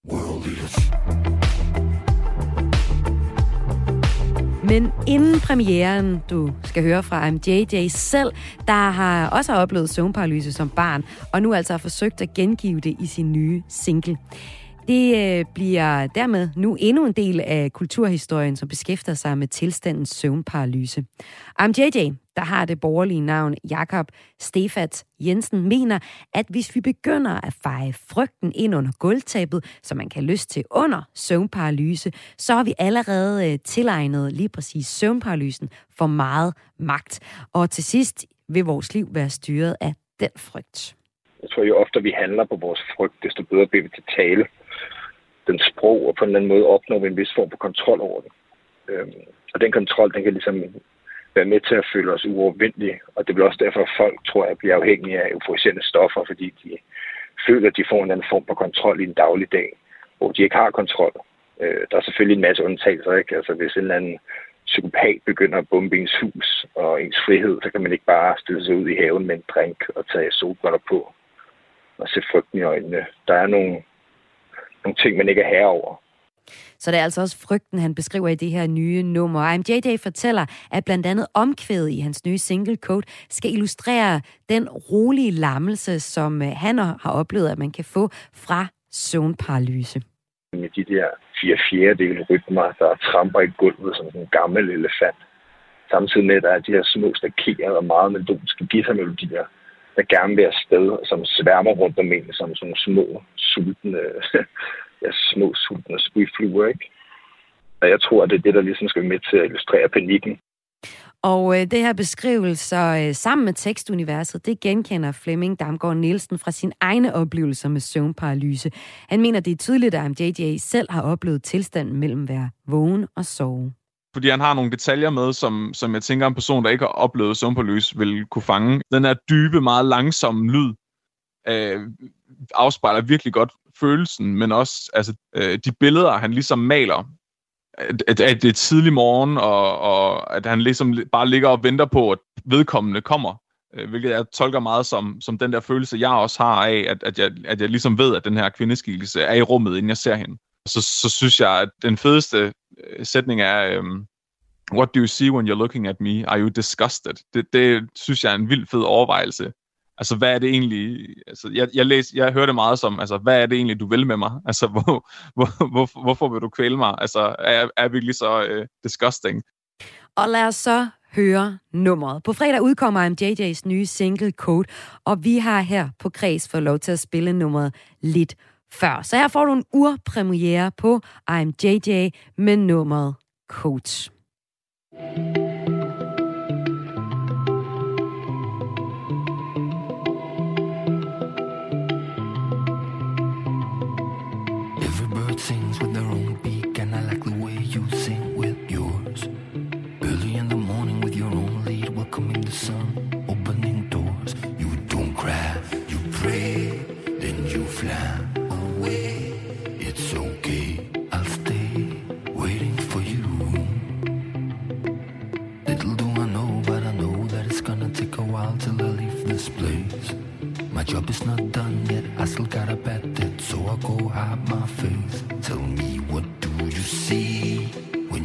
Men inden premieren, du skal høre fra I'm J J selv, der har også har oplevet søvnparalyse som barn, og nu altså har forsøgt at gengive det i sin nye single. Det øh, bliver dermed nu endnu en del af kulturhistorien, som beskæftiger sig med tilstandens søvnparalyse. I'm J J, der har det borgerlige navn Jakob Stefat Jensen, mener, at hvis vi begynder at feje frygten ind under gulvtæppet, som man kan have lyst til under søvnparalyse, så har vi allerede øh, tilegnet lige præcis søvnparalysen for meget magt. Og til sidst vil vores liv være styret af den frygt. Jeg tror, jo oftere vi handler på vores frygt, desto bedre bliver vi til tale. Den sprog, og på en eller anden måde opnår vi en vis form for kontrol over det. Øhm, og den kontrol, den kan ligesom være med til at føle os uovervindelige. Og det er også derfor, at folk, tror jeg, bliver afhængige af euforiserende stoffer, fordi de føler, at de får en anden form for kontrol i en dagligdag, hvor de ikke har kontrol. Øh, der er selvfølgelig en masse undtagelser, ikke? Altså hvis en eller anden psykopat begynder at bombe ens hus og ens frihed, så kan man ikke bare stille sig ud i haven med en drink og tage solbriller på og se frygten i øjnene. Der er nogle, nogle ting, man ikke er herre over. Så det er altså også frygten, han beskriver i det her nye nummer. I'm J J fortæller, at blandt andet omkvædet i hans nye single Code skal illustrere den rolige lammelse, som han har oplevet, at man kan få fra søvnparalyse. Med de der fire fjerdedele rytmer, der tramper i gulvet som en gammel elefant. Samtidig med, at der er de her små stakerede og meget melodiske guitarmelodier, der gerne vil afsted, som sværmer rundt om en, som sådan små, sultne, ja, små, sultne spyfluer, ikke? Og jeg tror, at det er det, der ligesom skal med til at illustrere panikken. Og øh, det her beskrivelse øh, sammen med tekstuniverset, det genkender Flemming Damgaard Nielsen fra sine egne oplevelser med søvnparalyse. Han mener, det er tydeligt, at J J selv har oplevet tilstanden mellem at være vågen og sove. Fordi han har nogle detaljer med, som, som jeg tænker, en person, der ikke har oplevet søvnparalyse, vil kunne fange. Den her dybe, meget langsomme lyd øh, afspejler virkelig godt følelsen, men også altså, øh, de billeder, han ligesom maler, at, at, at det er tidlig morgen, og, og at han ligesom bare ligger og venter på, at vedkommende kommer. Øh, hvilket jeg tolker meget som, som den der følelse, jeg også har af, at, at, jeg, at jeg ligesom ved, at den her kvindeskikkelse er i rummet, inden jeg ser hende. Så, så synes jeg, at den fedeste sætning er, um, what do you see when you're looking at me? Are you disgusted? Det, det synes jeg er en vild fed overvejelse. Altså, hvad er det egentlig? Altså, jeg, jeg, læs, jeg hører det meget som, altså, hvad er det egentlig, du vil med mig? Altså, hvor, hvor, hvor, hvorfor vil du kvæle mig? Altså, er jeg virkelig så uh, disgusting? Og lad os så høre nummeret. På fredag udkommer I'm J J's nye single Code, og vi har her på Kreds fået lov til at spille nummeret lidt før. Så her får du en urpremiere på I'm J J med nummeret Code. Every bird sings with their own beak, and I like the way you sing with yours. Early in the morning with your own lead, welcoming the sun, opening doors. You don't cry, you pray, then you fly away. It's okay, I'll stay waiting for you. Little do I know, but I know that it's gonna take a while till I leave this place. My job is not done yet, I still got a bad debt, so I'll go hide my face. Tell me, what do you see when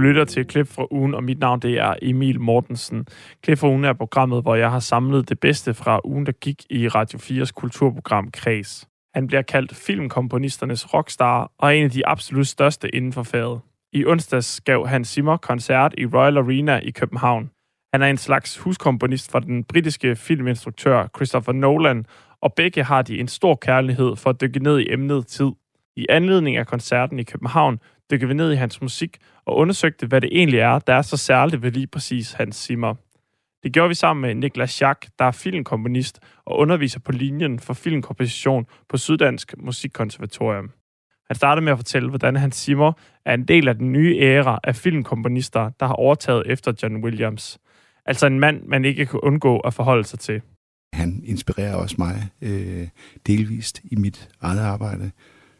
lytter til et klip fra ugen, og mit navn det er Emil Mortensen. Klip fra ugen er programmet, hvor jeg har samlet det bedste fra ugen, der gik i Radio fires kulturprogram Kreds. Han bliver kaldt filmkomponisternes rockstar og er en af de absolut største inden for faget. I onsdags gav Hans Zimmer koncert i Royal Arena i København. Han er en slags huskomponist for den britiske filminstruktør Christopher Nolan, og begge har de en stor kærlighed for at dykke ned i emnet tid. I anledning af koncerten i København dykkede vi ned i hans musik og undersøgte, hvad det egentlig er, der er så særligt ved lige præcis Hans Zimmer. Det gjorde vi sammen med Niklas Schack, der er filmkomponist og underviser på linjen for filmkomposition på Syddansk Musikkonservatorium. Han startede med at fortælle, hvordan Hans Zimmer er en del af den nye æra af filmkomponister, der har overtaget efter John Williams. Altså en mand, man ikke kan undgå at forholde sig til. Han inspirerer også mig øh, delvist i mit eget arbejde.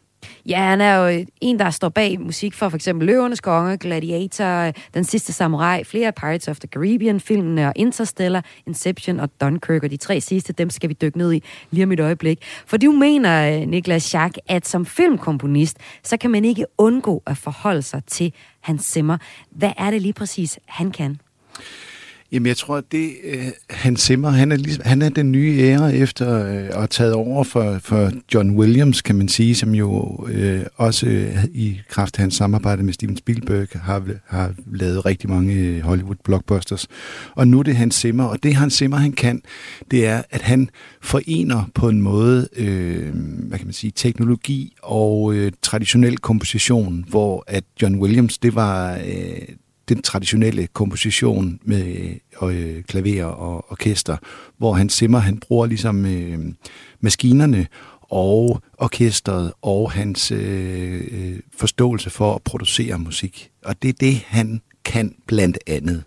Ja, han er jo en, der står bag musik for f.eks. Løvernes Konge, Gladiator, Den Sidste Samurai, flere Pirates of the Caribbean-filmene og Interstellar, Inception og Dunkirk, og de tre sidste, dem skal vi dykke ned i lige om et øjeblik. For du mener, Niklas Schack, at som filmkomponist, så kan man ikke undgå at forholde sig til Hans Zimmer. Hvad er det lige præcis, han kan? Jamen, jeg tror, at det, øh, Hans Zimmer, han er, ligesom, han er den nye æra efter øh, at have taget over for, for John Williams, kan man sige, som jo øh, også øh, i kraft af hans samarbejde med Steven Spielberg har, har lavet rigtig mange Hollywood-blockbusters. Og nu er det Hans Zimmer, og det Hans Zimmer, han kan, det er, at han forener på en måde, øh, hvad kan man sige, teknologi og øh, traditionel komposition, hvor at John Williams, det var... Øh, den traditionelle komposition med øh, klaver og orkester, hvor Hans Zimmer, han bruger ligesom øh, maskinerne og orkestret og hans øh, forståelse for at producere musik. Og det er det, han kan blandt andet.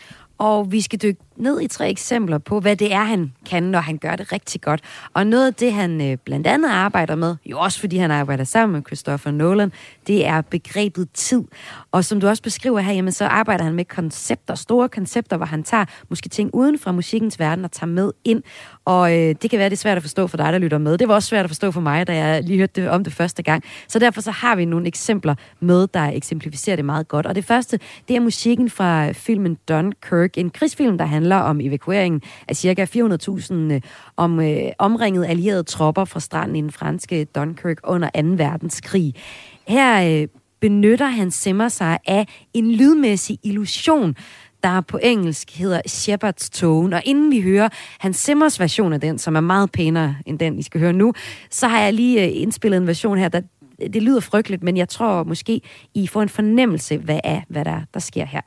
Og vi skal dykke ned i tre eksempler på, hvad det er, han kan, når han gør det rigtig godt. Og noget af det, han øh, blandt andet arbejder med, jo også fordi han arbejder sammen med Christopher Nolan, det er begrebet tid. Og som du også beskriver her, jamen, så arbejder han med koncepter, store koncepter, hvor han tager måske ting uden fra musikkens verden og tager med ind. Og øh, det kan være, det er svært at forstå for dig, der lytter med. Det var også svært at forstå for mig, da jeg lige hørte det om det første gang. Så derfor så har vi nogle eksempler med, der eksemplificerer det meget godt. Og det første, det er musikken fra filmen Dunkirk, en krigsfilm, der handler om evakueringen af cirka fire hundrede tusind øh, om, øh, omringede allierede tropper fra stranden i den franske Dunkirk under anden verdenskrig. Her øh, benytter Hans Zimmer sig af en lydmæssig illusion, der på engelsk hedder Shepard's Tone. Og inden vi hører Hans Zimmers version af den, som er meget pænere end den, I skal høre nu, så har jeg lige øh, indspillet en version her, der det lyder frygteligt, men jeg tror måske, I får en fornemmelse hvad af, hvad der, der sker her.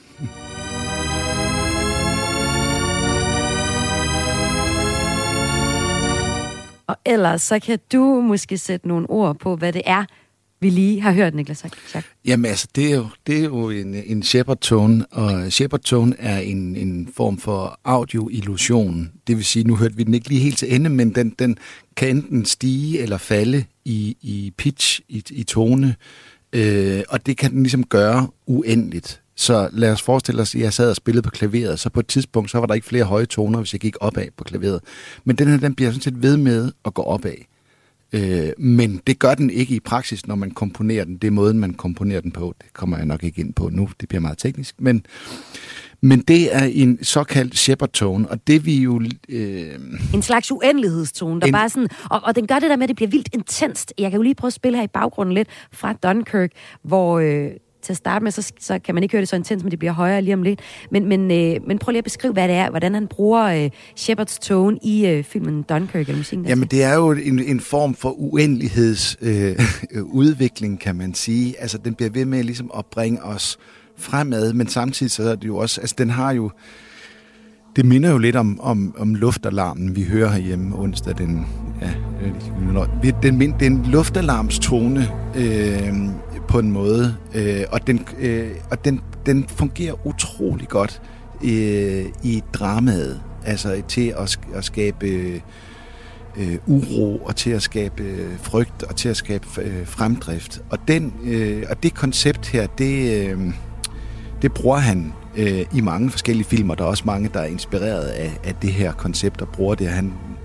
Og ellers så kan du måske sætte nogle ord på, hvad det er, vi lige har hørt, Niklas Schack. Jamen altså, det er jo, det er jo en, en Shepard Tone, og Shepard Tone er en, en form for audio-illusion. Det vil sige, nu hørte vi den ikke lige helt til ende, men den, den kan enten stige eller falde i, i pitch, i, i tone, øh, og det kan den ligesom gøre uendeligt. Så lad os forestille os, at jeg sad og spillede på klaveret, så på et tidspunkt, så var der ikke flere høje toner, hvis jeg gik opad på klaveret. Men den her, den bliver sådan set ved med at gå opad. Øh, men det gør den ikke i praksis, når man komponerer den. Det er måden, man komponerer den på. Det kommer jeg nok ikke ind på nu. Det bliver meget teknisk. Men, men det er en såkaldt Shepard Tone, og det vi jo... Øh, en slags uendelighedstone, der en, bare sådan... Og, og den gør det der med, at det bliver vildt intenst. Jeg kan jo lige prøve at spille her i baggrunden lidt fra Dunkirk, hvor... Øh, til at starte med, så, så kan man ikke høre det så intens, men det bliver højere lige om lidt. Men, men, øh, men prøv lige at beskrive, hvad det er, hvordan han bruger øh, Shepard's Tone i øh, filmen Dunkirk, eller musikken. Jamen, det er jo en, en form for uendelighedsudvikling, øh, kan man sige. Altså, den bliver ved med ligesom at bringe os fremad, men samtidig så er det jo også, altså, den har jo, det minder jo lidt om, om, om luftalarmen, vi hører herhjemme onsdag. Den, ja, den, den, den luftalarmstone, øh, på en måde, øh, og, den, øh, og den, den fungerer utrolig godt øh, i dramaet, altså til at, at skabe øh, uro, og til at skabe øh, frygt, og til at skabe øh, fremdrift. Og, den, øh, og det koncept her, det, øh, det bruger han øh, i mange forskellige filmer. Der er også mange, der er inspireret af, af det her koncept, og bruger det. Han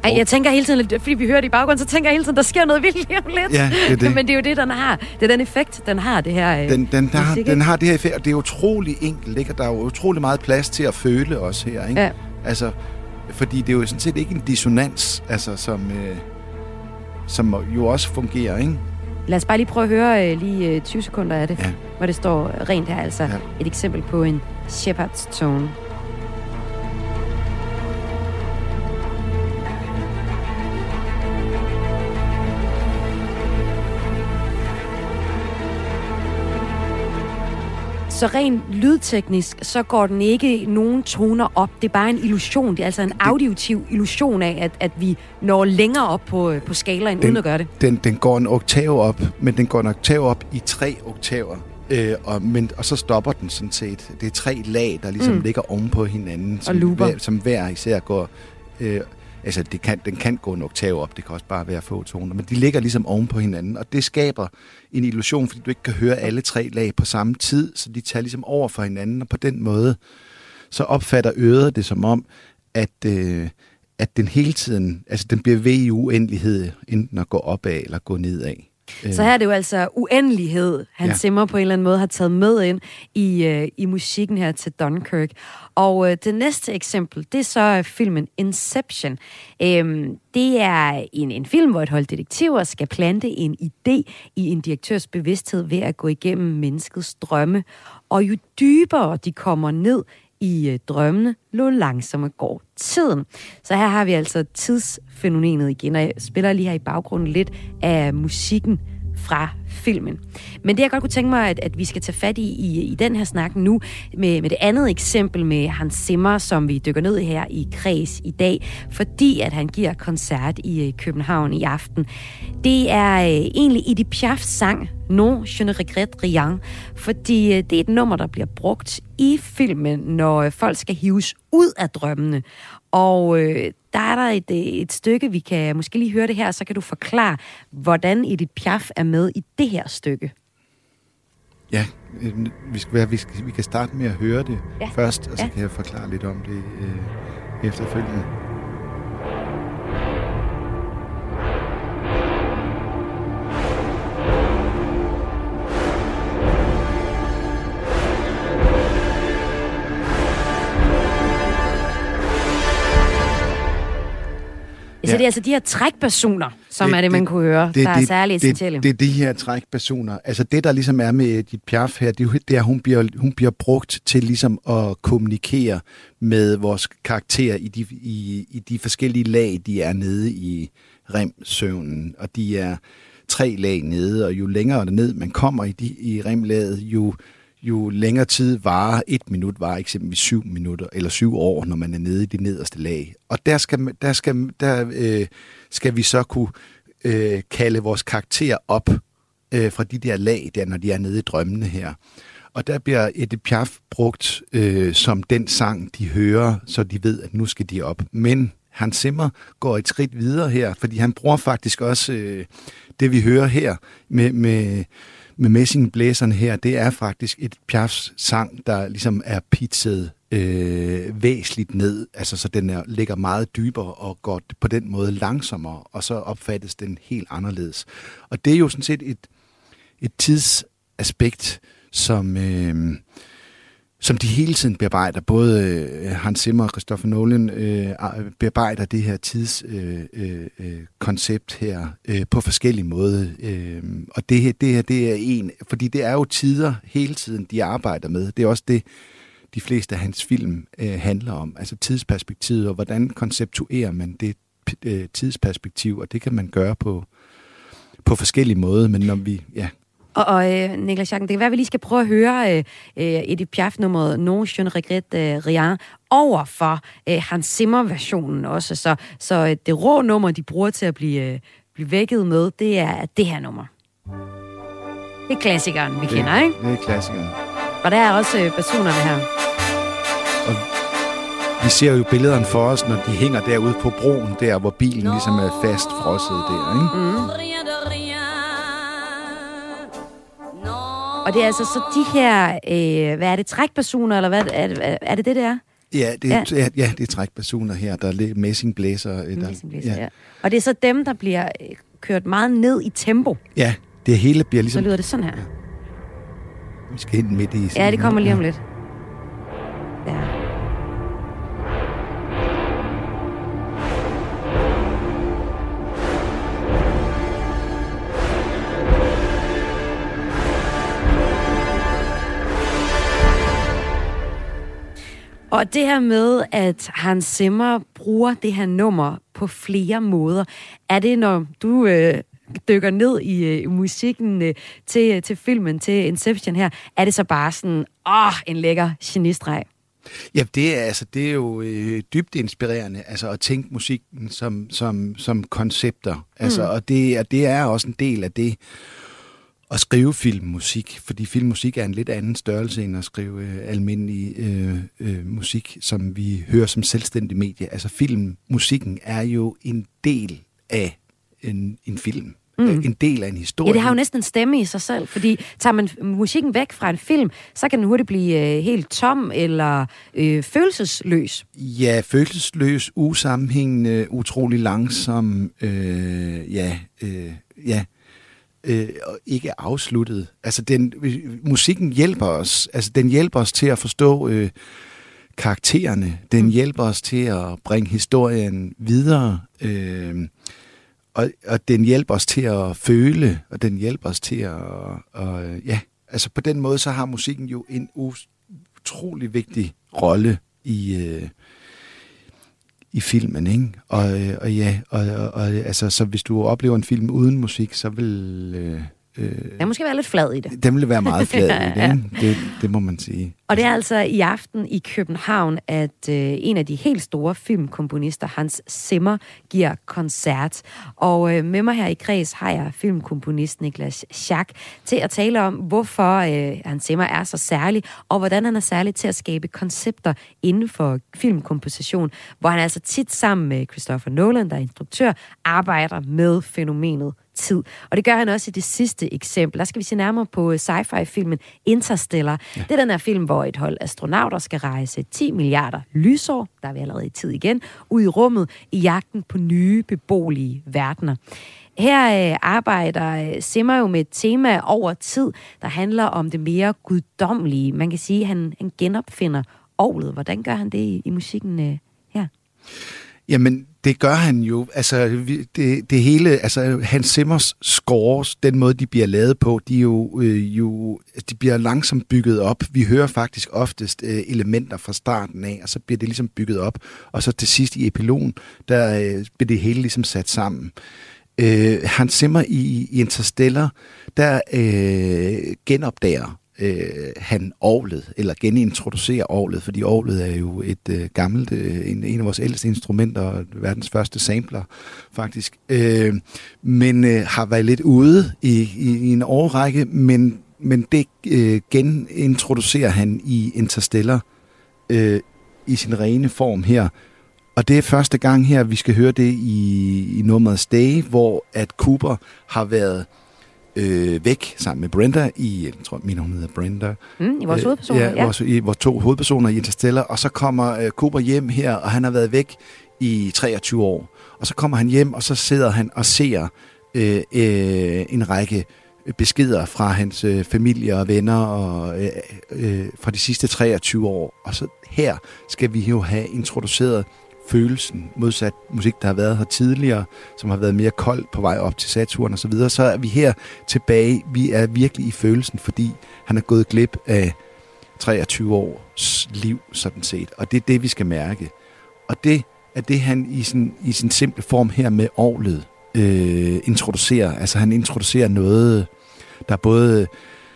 Ej, jeg tænker hele tiden, fordi vi hører det i baggrunden, så tænker jeg hele tiden, der sker noget vildt lige om lidt. Ja, det er det. Men det er jo det, den har. Det er den effekt, den har, det her øh, Den, den, der, musik, den har det her effekt, og det er utrolig enkelt, ikke? Og der er jo utrolig meget plads til at føle også her, ikke? Ja. Altså, fordi det er jo sådan set ikke en dissonans, altså, som, øh, som jo også fungerer, ikke? Lad os bare lige prøve at høre øh, lige øh, tyve sekunder af det, Ja. hvor det står rent her, altså Ja. et eksempel på en Shepard's tone. Så rent lydteknisk, så går den ikke nogen toner op. Det er bare en illusion. Det er altså en auditiv illusion af, at, at vi når længere op på, på skalaen, Den- uden at gøre det. Den, den går en oktav op, men den går en oktav op i tre oktaver. Øh, og, men, og så stopper den sådan set. Det er tre lag, der ligesom Mm. mm. ligger oven på hinanden, som looper. hver, som hver især går... Øh, altså, det kan, den kan gå en oktav op, det kan også bare være få toner, men de ligger ligesom oven på hinanden, og det skaber en illusion, fordi du ikke kan høre alle tre lag på samme tid, så de tager ligesom over for hinanden, og på den måde, så opfatter øret det som om, at, øh, at den hele tiden, altså den bliver ved i uendelighed, enten at gå opad eller gå nedad. Så her er det jo altså uendelighed, Hans Ja. Zimmer på en eller anden måde har taget med ind i, øh, i musikken her til Dunkirk. Og øh, det næste eksempel, det er så filmen Inception. Øhm, det er en, en film, hvor et hold detektiver skal plante en idé i en direktørs bevidsthed ved at gå igennem menneskets drømme. Og jo dybere de kommer ned i øh, drømmene, jo langsommere går tiden. Så her har vi altså tidsfænomenet igen, og jeg spiller lige her i baggrunden lidt af musikken fra filmen. Men det, jeg godt kunne tænke mig, at, at vi skal tage fat i, i i den her snak nu, med, med det andet eksempel med Hans Zimmer, som vi dykker ned i her i Kreds i dag, fordi at han giver koncert i øh, København i aften. Det er øh, egentlig Edith Piafs sang Non, je ne regrette rien, fordi øh, det er et nummer, der bliver brugt i filmen, når øh, folk skal hives ud af drømmene. Og øh, der er der et, et stykke, vi kan måske lige høre det her, så kan du forklare, hvordan Edith Piaf er med i det her stykke. Ja, øh, vi, skal være, vi, skal, vi kan starte med at høre det Ja. først, og så Ja. kan jeg forklare lidt om det øh, efterfølgende. Så Ja. det er altså de her trækpersoner, som Det- er det, man det- kunne høre, der er særligt essentielle. Det, det er de her trækpersoner. Altså det, der ligesom er med Edith Piaf her, det er, jo- det er at hun bliver, hun bliver brugt til ligesom at kommunikere med vores karakterer i de, i, i de forskellige lag, de er nede i remsøvnen. Og de er tre lag nede, og jo længere ned man kommer i, de, i remlaget, jo, jo længere tid varer. Et minut varer eksempelvis syv minutter, eller syv år, når man er nede i det nederste lag. Og der skal, der skal, der, øh, skal vi så kunne øh, kalde vores karakter op øh, fra de der lag, der, når de er nede i drømmene her. Og der bliver Edith Piaf brugt øh, som den sang, de hører, så de ved, at nu skal de op. Men Hans Zimmer går et skridt videre her, fordi han bruger faktisk også øh, det, vi hører her med, med, med messingblæserne her. Det er faktisk Edith Piafs sang, der ligesom er pitchet øh, væsentligt ned. Altså, så den er, ligger meget dybere og går på den måde langsommere, og så opfattes den helt anderledes. Og det er jo sådan set et, et tidsaspekt, som... Øh, som de hele tiden bearbejder. Både øh, Hans Zimmer og Christopher Nolan øh, bearbejder det her tidskoncept øh, øh, her øh, på forskellige måder. Øh, og det her, det her, det er en, fordi det er jo tider hele tiden, de arbejder med. Det er også det, de fleste af hans film øh, handler om. Altså tidsperspektivet, og hvordan konceptuerer man det øh, tidsperspektiv, og det kan man gøre på, på forskellige måder, men når vi... ja. Og, og øh, Niklas Jacken, det kan være, at vi lige skal prøve at høre øh, Edith Piaf-nummeret Non, je ne regrette øh, rien over for øh, Hans Zimmer-versionen også. Så, så øh, det rå nummer, de bruger til at blive, øh, blive vækket med, det er det her nummer. Det er klassikeren, vi det, kender, ikke? Det er klassikeren. Og der er også øh, personerne her. Og vi ser jo billederne for os, når de hænger derude på broen, der hvor bilen ligesom er fast frosset der, ikke? Mm. Og det er altså så de her, øh, hvad er det, trækpersoner, eller hvad er det, er det det, det er? Ja, det, ja. Ja, ja, det er trækpersoner her, der er messingblæser. Der, messingblæser, ja. ja. Og det er så dem, der bliver kørt meget ned i tempo. Ja, det hele bliver ligesom... Så lyder det sådan her. Ja. Vi skal ind midt i... Ja, det kommer lige om lidt. Ja. Og det her med, at Hans Zimmer bruger det her nummer på flere måder, er det, når du øh, dykker ned i øh, musikken øh, til, til filmen, til Inception her, er det så bare sådan, åh, en lækker genistreg? Ja, det er, altså, det er jo øh, dybt inspirerende, altså at tænke musikken som, som, som koncepter. Altså, mm. Og det, det er også en del af det, at skrive filmmusik, fordi filmmusik er en lidt anden størrelse end at skrive øh, almindelig øh, øh, musik, som vi hører som selvstændig medie. Altså filmmusikken er jo en del af en, en film. Mm. En del af en historie. Ja, det har jo næsten en stemme i sig selv, fordi tager man musikken væk fra en film, så kan den hurtigt blive øh, helt tom eller øh, følelsesløs. Ja, følelsesløs, usammenhængende, utrolig langsom, øh, ja, øh, ja, øh, ikke afsluttet. Altså, den, musikken hjælper os, altså den hjælper os til at forstå øh, karaktererne, den mm. hjælper os til at bringe historien videre, øh, Og, og den hjælper os til at føle, og den hjælper os til at, og, ja, altså på den måde, så har musikken jo en utrolig vigtig rolle i, øh, i filmen, ikke? Og, og ja, og, og altså, så hvis du oplever en film uden musik, så vil... Øh, Den måske være lidt flad i det. Den vil være meget flad i det, ja. det, det må man sige. Og det er altså i aften i København, at øh, en af de helt store filmkomponister, Hans Zimmer, giver koncert. Og øh, med mig her i kreds har jeg filmkomponist Niklas Schack til at tale om, hvorfor øh, Hans Zimmer er så særlig, og hvordan han er særlig til at skabe koncepter inden for filmkomposition, hvor han altså tit sammen med Christopher Nolan, der er instruktør, arbejder med fænomenet tid. Og det gør han også i det sidste eksempel. Der skal vi se nærmere på sci-fi-filmen Interstellar. Ja. Det er den her film, hvor et hold astronauter skal rejse ti milliarder lysår, der er vi allerede i tid igen, ud i rummet i jagten på nye beboelige verdener. Her øh, arbejder Zimmer jo med et tema over tid, der handler om det mere guddommelige. Man kan sige, at han, han genopfinder orglet. Hvordan gør han det i, i musikken øh, her? Jamen, det gør han jo. Altså, det, det hele, altså, Hans Zimmers scores, den måde, de bliver lavet på, de er jo, øh, jo de bliver langsomt bygget op. Vi hører faktisk oftest øh, elementer fra starten af, og så bliver det ligesom bygget op. Og så til sidst i epilogen, der øh, bliver det hele ligesom sat sammen. Øh, Hans Zimmer i, i Interstellar, der øh, genopdager Øh, han orglet, eller genintroducerer orglet, fordi orglet er jo et øh, gammelt, øh, en, en af vores ældste instrumenter, og verdens første sampler, faktisk. Øh, men øh, har været lidt ude i, i, i en årrække, men, men det øh, genintroducerer han i Interstellar øh, i sin rene form her. Og det er første gang her, vi skal høre det i, i nummeret Stay, hvor at Cooper har været Øh, væk sammen med Brenda i, jeg tror, min hun hedder Brenda. Mm, I vores øh, hovedpersoner, ja. ja. Vores, i vores to hovedpersoner i Interstellar. Og så kommer øh, Cooper hjem her, og han har været væk i treogtyve år. Og så kommer han hjem, og så sidder han og ser øh, øh, en række beskeder fra hans øh, familie og venner og, øh, øh, fra de sidste treogtyve år. Og så her skal vi jo have introduceret følelsen, modsat musik, der har været her tidligere, som har været mere kold på vej op til Saturn og så videre, så er vi her tilbage. Vi er virkelig i følelsen, fordi han er gået glip af treogtyve års liv, sådan set. Og det er det, vi skal mærke. Og det er det, han i sin, i sin simple form her med orglet øh, introducerer. Altså han introducerer noget, der både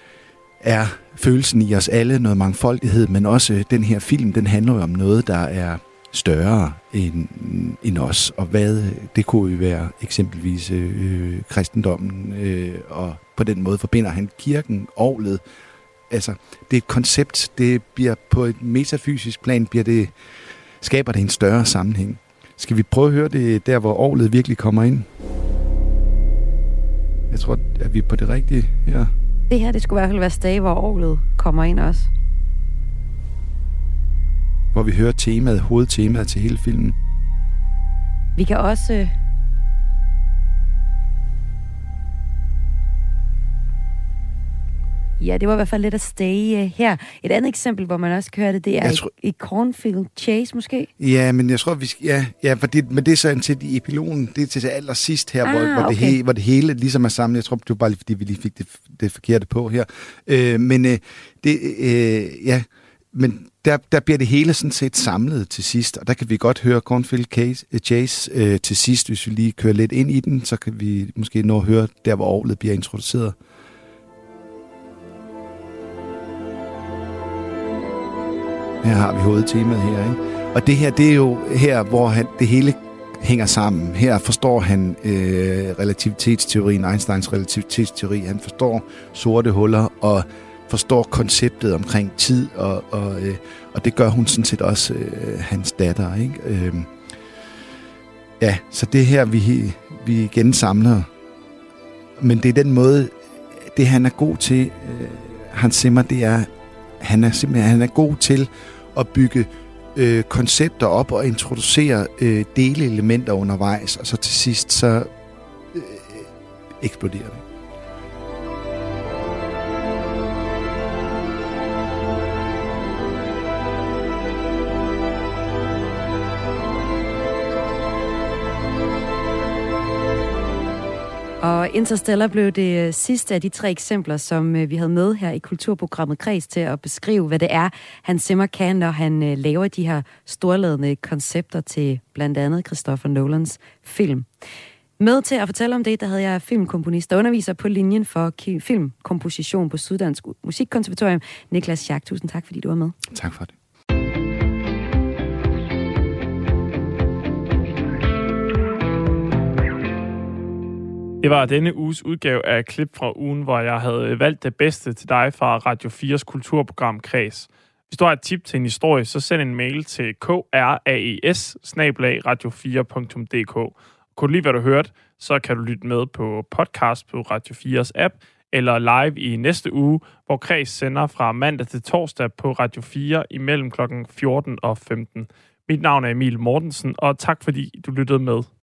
er følelsen i os alle, noget mangfoldighed, men også den her film, den handler jo om noget, der er større end, end os, og hvad det kunne jo være eksempelvis øh, kristendommen, øh, og på den måde forbinder han kirken, orglet. Altså, det er et koncept, det bliver på et metafysisk plan, bliver det, skaber det en større sammenhæng. Skal vi prøve at høre det der, hvor orglet virkelig kommer ind? Jeg tror, at vi er på det rigtige her. Det her, det skulle i hvert fald være Stay, hvor orglet kommer ind også. hvor vi hører temaet, hovedtemaet til hele filmen. Vi kan også... Øh... Ja, det var i hvert fald lidt at stay uh, her. Et andet eksempel, hvor man også kan høre det, det er tror... i, i Cornfield Chase måske? Ja, men jeg tror, vi skal... Ja, ja for det, men det er så til i epilogen, det er til allersidst her, ah, hvor, hvor, okay. det he, hvor det hele ligesom er sammen. Jeg tror, det var bare lige, fordi vi lige fik det, det forkerte på her. Øh, men øh, det... Øh, ja... Men der, der bliver det hele sådan set samlet til sidst, og der kan vi godt høre Cornfield Case, Chase øh, til sidst. Hvis vi lige kører lidt ind i den, så kan vi måske nå at høre der, hvor orglet bliver introduceret. Her har vi hovedtemaet her, ikke? Og det her, det er jo her, hvor han, det hele hænger sammen. Her forstår han øh, relativitetsteorien, Einsteins relativitetsteori. Han forstår sorte huller og forstår konceptet omkring tid, og, og, øh, og det gør hun sådan set også øh, hans datter, ikke? Øh, ja, så det her, vi, vi igen samler. Men det er den måde, det han er god til, øh, Hans Zimmer, det er, han er simpelthen han er god til at bygge øh, koncepter op og introducere øh, delelementer undervejs, og så til sidst, så øh, eksploderer det. Og Interstellar blev det sidste af de tre eksempler, som vi havde med her i kulturprogrammet Kreds til at beskrive, hvad det er, Hans Zimmer kan, når han laver de her storladende koncepter til blandt andet Christopher Nolans film. Med til at fortælle om det, der havde jeg filmkomponist og underviser på linjen for filmkomposition på Syddansk Musikkonservatorium, Niklas Schack. Tusind tak, fordi du var med. Tak for det. Det var denne uges udgave af klip fra ugen, hvor jeg havde valgt det bedste til dig fra Radio fires kulturprogram Kreds. Hvis du har et tip til en historie, så send en mail til kraes snabel-a radio fire punktum d k. Kunne du lide, hvad du hørte, så kan du lytte med på podcast på Radio fires app, eller live i næste uge, hvor Kreds sender fra mandag til torsdag på Radio fire imellem klokken fjorten og femten. Mit navn er Emil Mortensen, og tak fordi du lyttede med.